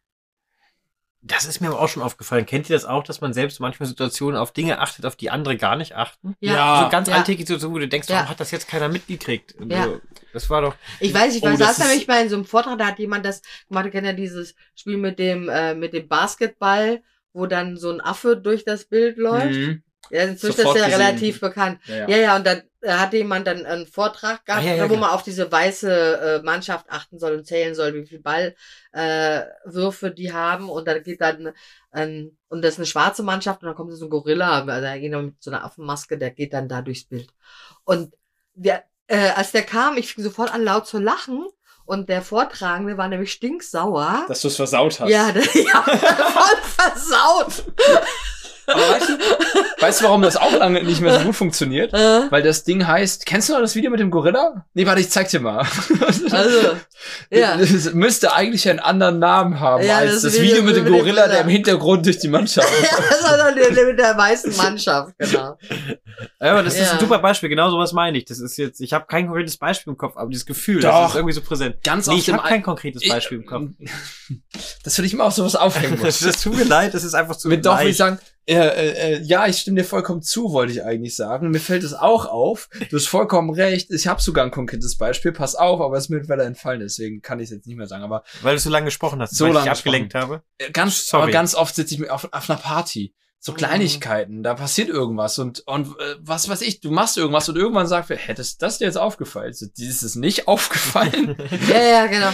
Das ist mir aber auch schon aufgefallen. Kennt ihr das auch, dass man selbst manchmal Situationen auf Dinge achtet, auf die andere gar nicht achten? Ja. So ganz ja. alltägliche Situationen, wo du denkst, warum Ja. hat das jetzt keiner mitgekriegt? Und Ja. so, das war doch... Ich weiß, ich Oh, war, das saß ist- nämlich mal in so einem Vortrag, da hat jemand das gemacht, ihr kennt ja dieses Spiel mit dem, äh, mit dem Basketball, wo dann so ein Affe durch das Bild läuft. Mhm. Ja, inzwischen ist Sofort ja gesehen. relativ bekannt. Ja, ja. Ja, ja, und dann äh, hatte jemand dann einen Vortrag gehabt, Ah, ja, ja, wo klar. man auf diese weiße äh, Mannschaft achten soll und zählen soll, wie viel Ballwürfe äh, Würfe die haben. Und dann geht dann, ähm, und das ist eine schwarze Mannschaft und dann kommt so ein Gorilla, also da geht er mit so einer Affenmaske, der geht dann da durchs Bild. Und der, äh, als der kam, ich fing sofort an laut zu lachen und der Vortragende war nämlich stinksauer. Dass du es versaut hast. Ja, der, ja, voll versaut. Aber weißt du, weißt du, warum das auch lange nicht mehr so gut funktioniert? Äh, Weil das Ding heißt, kennst du noch das Video mit dem Gorilla? Nee, warte, ich zeig dir mal. also, ja. Das müsste eigentlich einen anderen Namen haben Ja, als das das, Video Video mit dem mit dem Gorilla, der im Gorilla. Hintergrund durch die Mannschaft. Ja, das war dann der, der mit der weißen Mannschaft, genau. Ja, aber das ist Ja. ein super Beispiel. Genau sowas meine ich. Das ist jetzt, ich habe kein konkretes Beispiel im Kopf, aber dieses Gefühl, Doch. das ist irgendwie so präsent. Ganz Nee, auf ich dem habe Al- kein konkretes Beispiel im Kopf. Dass du dich immer auf sowas aufhängen Das, musst. tut mir leid, das ist einfach zu Mit doch will ich leicht. sagen, äh, äh, äh, ja, ich stimme dir vollkommen zu, wollte ich eigentlich sagen. Mir fällt es auch auf. Du hast vollkommen recht. Ich habe sogar ein konkretes Beispiel. Pass auf, aber es ist mir mittlerweile entfallen, deswegen kann ich es jetzt nicht mehr sagen. Aber Weil du so lange gesprochen hast, So weil ich lange dich abgelenkt habe. äh, ganz, Sorry. aber ganz oft sitze ich mir auf, auf einer Party. So Mhm. Kleinigkeiten, da passiert irgendwas und und äh, was weiß ich, du machst irgendwas und irgendwann sagt wer, hättest das dir jetzt aufgefallen? So, dir ist es nicht aufgefallen? Ja, ja, genau.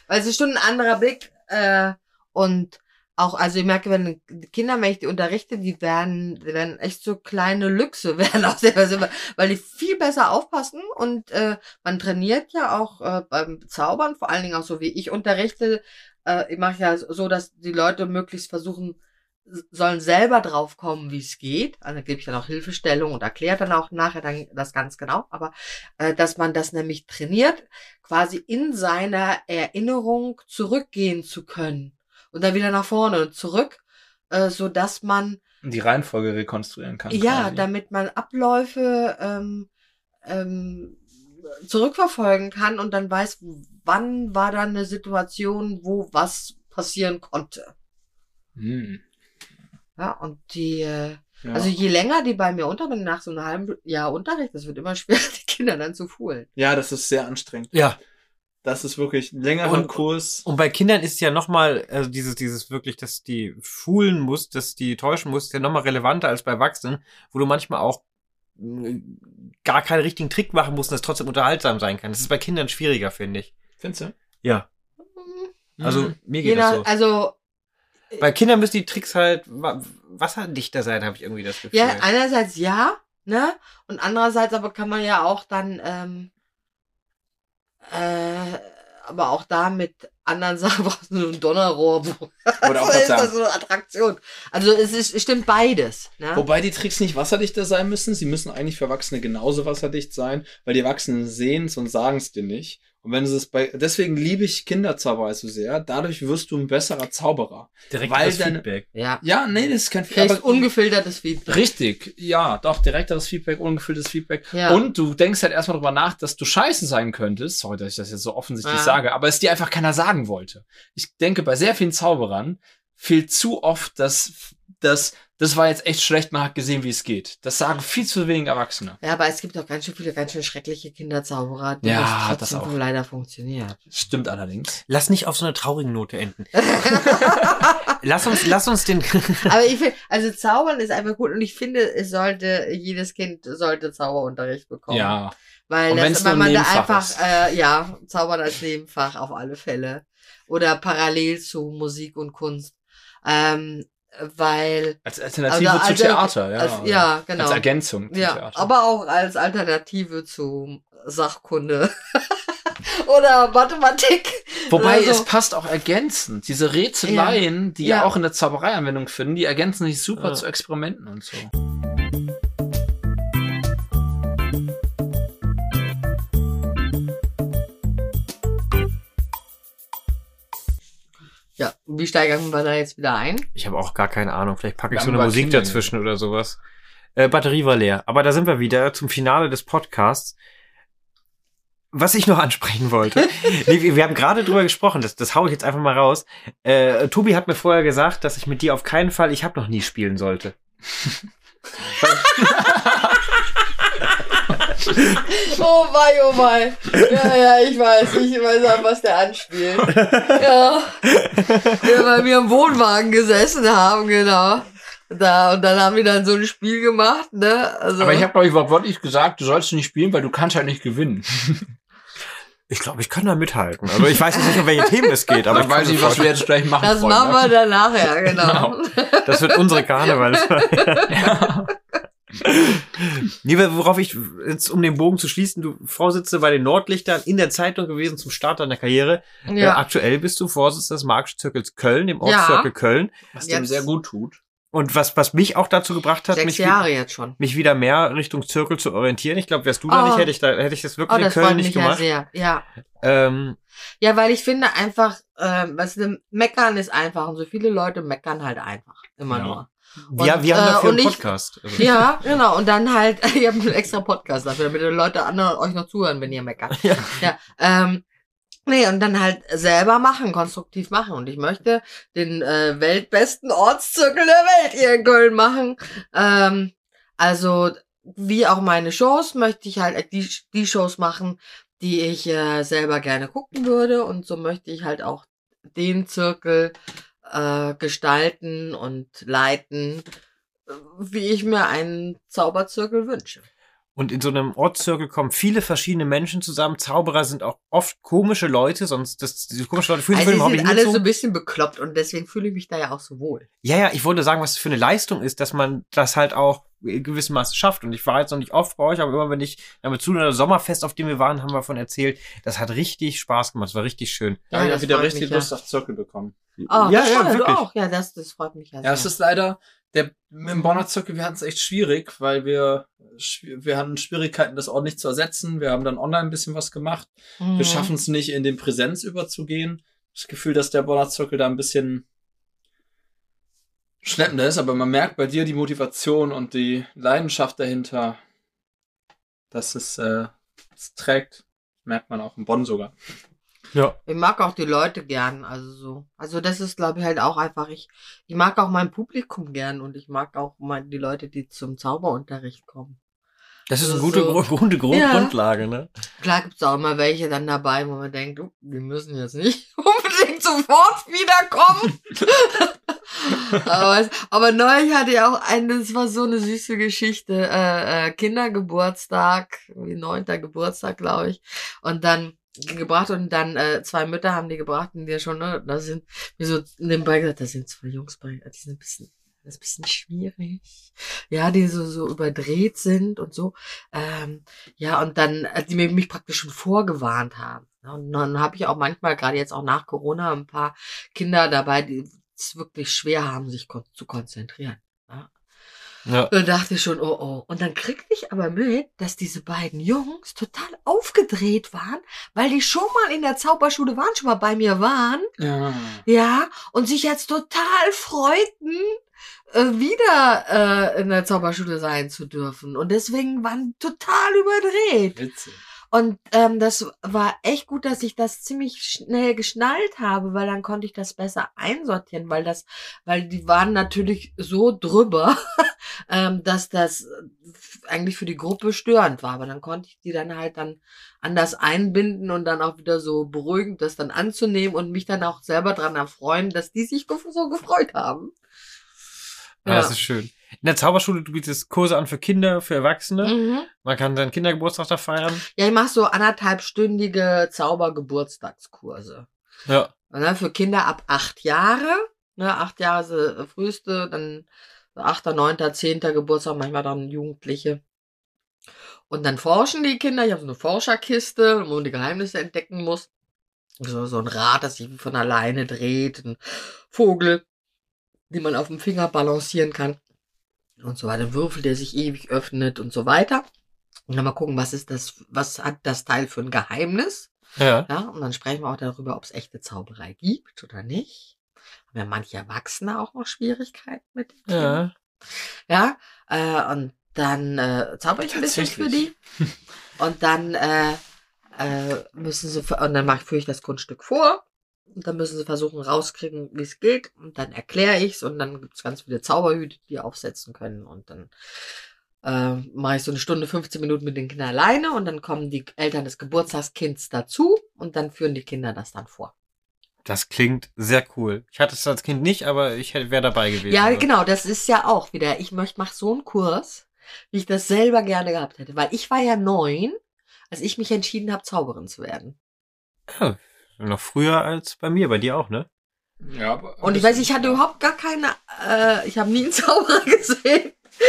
Weil es ist schon ein anderer Blick äh, und auch, also ich merke, wenn Kinder, wenn ich die unterrichte, die werden, die werden echt so kleine Lüchse, werden auch selber, selber, weil die viel besser aufpassen und äh, man trainiert ja auch äh, beim Zaubern, vor allen Dingen auch so wie ich unterrichte, äh, ich mache ja so, dass die Leute möglichst versuchen, sollen selber drauf kommen, wie es geht. Also gebe ich dann auch Hilfestellung und erkläre dann auch nachher dann das ganz genau. Aber äh, dass man das nämlich trainiert, quasi in seiner Erinnerung zurückgehen zu können und dann wieder nach vorne und zurück, äh, so dass man die Reihenfolge rekonstruieren kann. Ja, quasi. Damit man Abläufe ähm, ähm, zurückverfolgen kann und dann weiß, wann war dann eine Situation, wo was passieren konnte. Hm. Ja, und die, äh, Ja. also je länger die bei mir unterbringen, nach so einem halben Jahr Unterricht, das wird immer schwerer, die Kinder dann zu schulen. Ja, das ist sehr anstrengend. Ja. Das ist wirklich ein längerer Und- Kurs. Und bei Kindern ist ja nochmal, also dieses, dieses wirklich, dass die schulen muss, dass die täuschen muss, ist ja nochmal relevanter als bei Erwachsenen, wo du manchmal auch äh, gar keinen richtigen Trick machen musst und das trotzdem unterhaltsam sein kann. Das ist bei Kindern schwieriger, finde ich. Findest du? Ja. Also, Mhm. mir geht Je das nach, so. also, Bei Kindern müssen die Tricks halt wa- wasserdichter sein, habe ich irgendwie das Gefühl. ja, einerseits ja, ne? Und andererseits aber kann man ja auch dann, ähm, äh, aber auch da mit anderen Sachen brauchst du ein Donnerrohr. Oder auch Das ist das das so eine Attraktion. Also es ist, es stimmt beides, ne? Wobei die Tricks nicht wasserdichter sein müssen. Sie müssen eigentlich für Erwachsene genauso wasserdicht sein, weil die Erwachsenen sehen es und sagen es dir nicht. Und wenn es bei, deswegen liebe ich Kinderzauberei so sehr. Dadurch wirst du ein besserer Zauberer. Direkt weil das deine- Feedback. Ja. Ja, nee, das ist kein Kriegst aber- ungefiltertes Feedback. Richtig, ja, doch, direkteres Feedback, ungefülltes Feedback. Ja. Und du denkst halt erstmal drüber nach, dass du scheiße sein könntest. Sorry, dass ich das jetzt so offensichtlich Ja. sage, aber es dir einfach keiner sagen wollte. Ich denke, bei sehr vielen Zauberern fehlt zu oft, dass, dass das war jetzt echt schlecht, man hat gesehen, wie es geht. Das sagen viel zu wenige Erwachsene. Ja, aber es gibt auch ganz schön viele, ganz schön schreckliche Kinderzauberer, die Ja, das das trotzdem auch. leider funktioniert. Stimmt allerdings. Lass nicht auf so einer traurigen Note enden. lass uns, lass uns den. Aber ich finde, also Zaubern ist einfach gut und ich finde, es sollte, jedes Kind sollte Zauberunterricht bekommen. Ja. Weil, Und das, wenn's weil nur ein man da Nebenfach einfach, ist. äh, ja, Zaubern als Nebenfach auf alle Fälle. Oder parallel zu Musik und Kunst. Ähm, weil, Als Alternative Also zu als- Theater, ja. als, ja, genau. Als Ergänzung zu Ja, Theater. aber auch als Alternative zu Sachkunde. Oder Mathematik. Wobei oder so. es passt auch ergänzend. Diese Rätseleien, die ja. Ja. auch in der Zauberei Anwendung finden, die ergänzen sich super Ja. zu Experimenten und so. Ja, wie steigern wir da jetzt wieder ein? Ich habe auch gar keine Ahnung. Vielleicht packe ich Wir so haben eine über Musik Kinder dazwischen oder sowas. Äh, Batterie war leer. Aber da sind wir wieder zum Finale des Podcasts. Was ich noch ansprechen wollte. nee, wir, wir haben gerade drüber gesprochen. Das, das hau ich jetzt einfach mal raus. Äh, Tobi hat mir vorher gesagt, dass ich mit dir auf keinen Fall Ich hab noch nie spielen sollte. Oh wei, oh wei. Ja, ja, ich weiß. Ich weiß an was der anspielt. Ja. Ja, weil wir im Wohnwagen gesessen haben, genau. Da, und dann haben wir dann so ein Spiel gemacht, ne? Also, Aber ich habe, glaube ich, wortwörtlich gesagt, du sollst nicht spielen, weil du kannst halt nicht gewinnen. Ich glaube, ich kann da mithalten. Also ich weiß jetzt nicht, um welche Themen es geht, aber Aber ich ich weiß kann nicht, mir was wir jetzt gleich machen das wollen. machen wir ne? dann nachher, genau. vorstellen, das wird unsere Karnevalsfeier. Ja. Nee, worauf ich, jetzt um den Bogen zu schließen, du Vorsitzende bei den Nordlichtern in der Zeitung gewesen zum Start deiner Karriere. Äh, Ja. aktuell bist du Vorsitzender des Marxzirkels Köln, dem Ja. Ortszirkel Köln. Was dem Jetzt- sehr gut tut. Und was, was mich auch dazu gebracht hat, Sechs mich, Jahre jetzt schon. mich wieder mehr Richtung Zirkel zu orientieren. Ich glaube, wärst du da Oh. nicht, hätte ich da, hätte ich das wirklich Oh, in das Köln freut nicht mich ja gemacht. sehr. Ja. Ähm, Ja, weil ich finde einfach, ähm, was denn, meckern ist einfach und so viele Leute meckern halt einfach. Immer Ja. nur. wir, Und, wir haben äh, dafür und einen ich- Podcast. Also, Ja, genau. Und dann halt, ihr habt einen extra Podcast dafür, damit die Leute anderen euch noch zuhören, wenn ihr meckert. Ja. Ja. Ähm, nee, und dann halt selber machen, konstruktiv machen. Und ich möchte den äh, weltbesten Ortszirkel der Welt hier in Köln machen. Ähm, also, wie auch meine Shows, möchte ich halt die, die Shows machen, die ich äh, selber gerne gucken würde. Und so möchte ich halt auch den Zirkel äh, gestalten und leiten, wie ich mir einen Zauberzirkel wünsche. Und in so einem Ortszirkel kommen viele verschiedene Menschen zusammen. Zauberer sind auch oft komische Leute, sonst das, diese komischen Leute fühlen sich Also für die den sind Hobby alle so hingezogen. ein bisschen bekloppt und deswegen fühle ich mich da ja auch so wohl. Ja, ja, ich wollte sagen, was das für eine Leistung ist, dass man das halt auch in gewissem Maße schafft. Und ich war jetzt noch nicht oft bei euch, aber immer wenn ich damit zu einem Sommerfest, auf dem wir waren, haben wir davon erzählt. Das hat richtig Spaß gemacht. Das war richtig schön. Da habe ich das auch wieder freut richtig mich, Lust ja. auf Zirkel bekommen. Oh, Ja, das ja, freut du wirklich. auch. Ja, das, das freut mich ja Ja, es sehr. ist leider, der, im Bonner Zirkel, wir hatten es echt schwierig, weil wir, wir hatten Schwierigkeiten, das ordentlich zu ersetzen. Wir haben dann online ein bisschen was gemacht. Mhm. Wir schaffen es nicht, in den Präsenz überzugehen. Das Gefühl, dass der Bonner Zirkel da ein bisschen schleppender ist, aber man merkt bei dir die Motivation und die Leidenschaft dahinter, dass es, äh, es trägt. Merkt man auch in Bonn sogar. Ja. Ich mag auch die Leute gern, also so. Also das ist, glaube ich, halt auch einfach, ich, ich mag auch mein Publikum gern und ich mag auch mal die Leute, die zum Zauberunterricht kommen. Das ist eine Also gute, so- Gru- gute Grund, Ja. Grundlage, ne? Klar gibt's auch immer welche dann dabei, wo man denkt, oh, die müssen jetzt nicht unbedingt sofort wiederkommen. aber, es- aber neulich hatte ich auch einen, das war so eine süße Geschichte, äh, äh, Kindergeburtstag, wie neunter Geburtstag, glaube ich. Und dann gebracht und dann äh, zwei Mütter haben die gebracht und die schon, ne, da sind mir so nebenbei gesagt, da sind zwei Jungs bei, die sind ein bisschen, das ist ein bisschen schwierig. Ja, die so, so überdreht sind und so. Ähm, ja, und dann, äh, die mich praktisch schon vorgewarnt haben. Und dann habe ich auch manchmal, gerade jetzt auch nach Corona, ein paar Kinder dabei, die es wirklich schwer haben, sich kon- zu konzentrieren. Ja. Ja. Da dachte ich schon, oh oh. Und dann kriegte ich aber mit, dass diese beiden Jungs total aufgedreht waren, weil die schon mal in der Zauberschule waren, schon mal bei mir waren. Ja. Ja, und sich jetzt total freuten, äh, wieder äh, in der Zauberschule sein zu dürfen. Und deswegen waren total überdreht. Witzig. Und ähm, das war echt gut, dass ich das ziemlich schnell geschnallt habe, weil dann konnte ich das besser einsortieren, weil das, weil die waren natürlich so drüber, ähm, dass das eigentlich für die Gruppe störend war. Aber dann konnte ich die dann halt dann anders einbinden und dann auch wieder so beruhigend das dann anzunehmen und mich dann auch selber dran erfreuen, dass die sich gef- so gefreut haben. Ja, das ist schön. In der Zauberschule, du bietest Kurse an für Kinder, für Erwachsene. Mhm. Man kann seinen Kindergeburtstag da feiern. Ja, ich mache so anderthalbstündige Zaubergeburtstagskurse. Ja. Ne, für Kinder ab acht Jahre. Ne, acht Jahre ist der früheste, dann achter, neunter, zehnter Geburtstag, manchmal dann Jugendliche. Und dann forschen die Kinder. Ich habe so eine Forscherkiste, wo man die Geheimnisse entdecken muss. So, so ein Rad, das sich von alleine dreht. Ein Vogel, den man auf dem Finger balancieren kann. Und so weiter. Ein Würfel, der sich ewig öffnet und so weiter. Und dann mal gucken, was ist das, was hat das Teil für ein Geheimnis? Ja. Ja, und dann sprechen wir auch darüber, ob es echte Zauberei gibt oder nicht. Haben ja manche Erwachsene auch noch Schwierigkeiten mit dem Thema. Ja. Ja, äh, und dann äh, zauber ich ein bisschen für die. Und dann äh, äh, müssen sie, und dann mach, führe ich das Kunststück vor. Und dann müssen sie versuchen rauskriegen, wie es geht. Und dann erkläre ich's und dann gibt's ganz viele Zauberhüte, die aufsetzen können. Und dann äh, mache ich so eine Stunde, fünfzehn Minuten mit den Kindern alleine und dann kommen die Eltern des Geburtstagskinds dazu und dann führen die Kinder das dann vor. Das klingt sehr cool. Ich hatte es als Kind nicht, aber ich wäre dabei gewesen. Ja, genau, das ist ja auch wieder, ich möchte mach so einen Kurs, wie ich das selber gerne gehabt hätte. Weil ich war ja neun, als ich mich entschieden habe, Zauberin zu werden. Ja, noch früher als bei mir, bei dir auch, ne? Ja, aber Und ich weiß, ich hatte überhaupt gar keine, äh, ich habe nie einen Zauberer gesehen.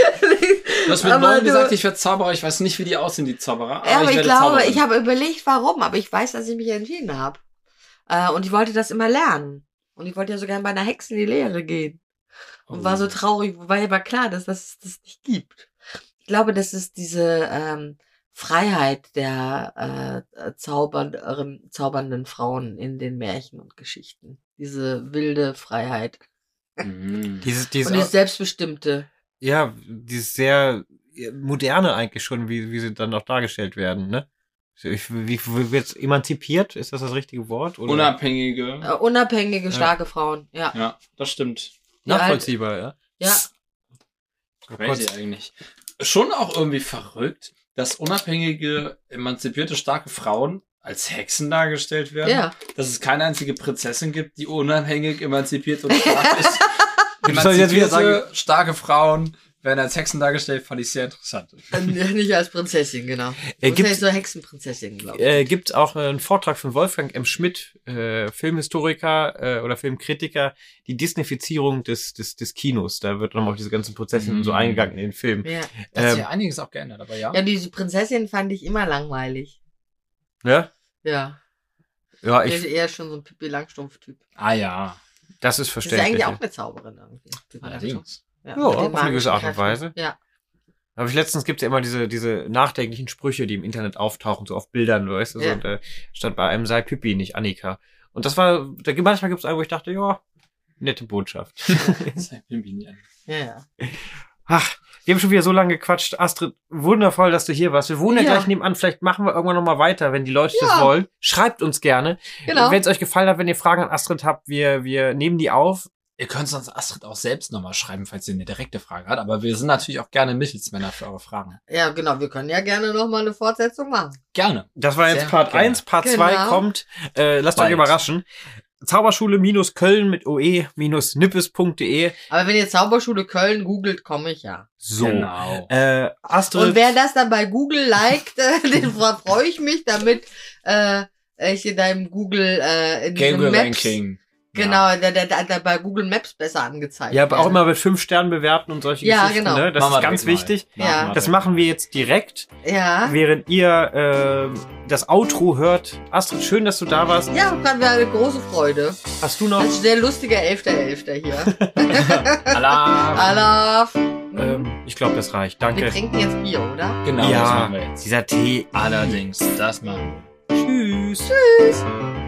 Du hast mit Aber neun du- gesagt, ich werde Zauberer. Ich weiß nicht, wie die aussehen, die Zauberer. Ja, aber ich, werde glaube, Zauberin. ich habe überlegt, warum, aber ich weiß, dass ich mich entschieden habe. Äh, und ich wollte das immer lernen. Und ich wollte ja sogar bei einer Hexe in die Lehre gehen. Und Oh. war so traurig, weil aber klar, dass das das nicht gibt. Ich glaube, das ist diese ähm, Freiheit der äh, äh, zauber, zaubernden Frauen in den Märchen und Geschichten. Diese wilde Freiheit. Mhm. Dieses, dieses, Und dieses selbstbestimmte. ja, dieses sehr moderne eigentlich schon, wie, wie sie dann auch dargestellt werden, ne? Ich, wie, wie wird's emanzipiert? Ist das das richtige Wort? Oder? Unabhängige. Äh, unabhängige, starke Frauen. Ja. Ja, das stimmt. Nachvollziehbar, ja. Ja. Crazy eigentlich. Schon auch irgendwie verrückt, dass unabhängige, emanzipierte, starke Frauen als Hexen dargestellt werden. Ja. Dass es keine einzige Prinzessin gibt, die unabhängig, emanzipiert und stark ist. Soll ich jetzt wieder Emanzipierte, starke Frauen werden als Hexen dargestellt, fand ich sehr interessant. Äh, Nicht als Prinzessin, genau. Äh, Das gibt's- ist so Hexenprinzessin, glaube ich. Äh, gibt auch einen Vortrag von Wolfgang M. Schmidt, äh, Filmhistoriker äh, oder Filmkritiker, die Disneyfizierung des, des, des Kinos. Da wird nochmal auf diese ganzen Prozesse Mhm. so eingegangen in den Film. Ja. Da hat sich Ähm, ja einiges auch geändert, aber ja. ja, diese Prinzessin fand ich immer langweilig. ne? Ja. Ja, Ich ich, bin eher schon so ein Pippi Langstrumpf-Typ. Ah ja, das ist Das ist verständlich. eigentlich auch eine Zauberin irgendwie. Pippi Langstrumpf. allerdings. Ja, Ja, mit den auf eine magischen gewisse Art und Kräften. Weise. Ja. Aber ich letztens gibt's ja immer diese, diese nachdenklichen Sprüche, die im Internet auftauchen, so auf Bildern, weißt du, so, Ja. und, äh, stand bei einem sei Pippi, nicht Annika. Und das war, da, manchmal gibt's einen, wo ich dachte, ja, nette Botschaft. Das ist irgendwie nie an. Ja, ja. Ach, wir haben schon wieder so lange gequatscht. Astrid, wundervoll, dass du hier warst. Wir wohnen ja, Ja. gleich nebenan. Vielleicht machen wir irgendwann noch mal weiter, wenn die Leute das Ja. wollen. Schreibt uns gerne. Genau. Wenn es euch gefallen hat, wenn ihr Fragen an Astrid habt, wir, wir nehmen die auf. Ihr könnt sonst Astrid auch selbst nochmal schreiben, falls ihr eine direkte Frage habt. Aber wir sind natürlich auch gerne Mittelsmänner für eure Fragen. Ja, genau. Wir können ja gerne noch mal eine Fortsetzung machen. Gerne. Das war jetzt Sehr Part gerne. eins. Part zwei Genau. kommt. Äh, lasst Bald. euch überraschen. Zauberschule-Köln mit oe-nippes punkt de. Aber wenn ihr Zauberschule Köln googelt, komme ich ja. So. Genau. Äh, Astrid. Und wer das dann bei Google liked, äh, den freue ich mich, damit äh, ich in deinem Google äh, in diesem Google Maps, Ranking. genau, der, der, der, der bei Google Maps besser angezeigt. ja, aber auch werde. immer mit fünf Sternen bewerten und solche Ja, Geschichten. genau. Ne? Das Machen wir ist ganz direkt mal. wichtig. Machen Ja. wir Das direkt. machen wir jetzt direkt. Ja. Während ihr äh, das Outro hört. Astrid, schön, dass du da warst. Ja, fand wir eine große Freude. Hast du noch? Ein sehr lustiger Elfter Elfter hier. Alarm. Alaf. Ähm, ich glaube, das reicht. Wir Danke. trinken jetzt Bier, oder? Genau, das Ja, machen wir jetzt. dieser Tee. Allerdings, das machen wir. Tschüss. Tschüss.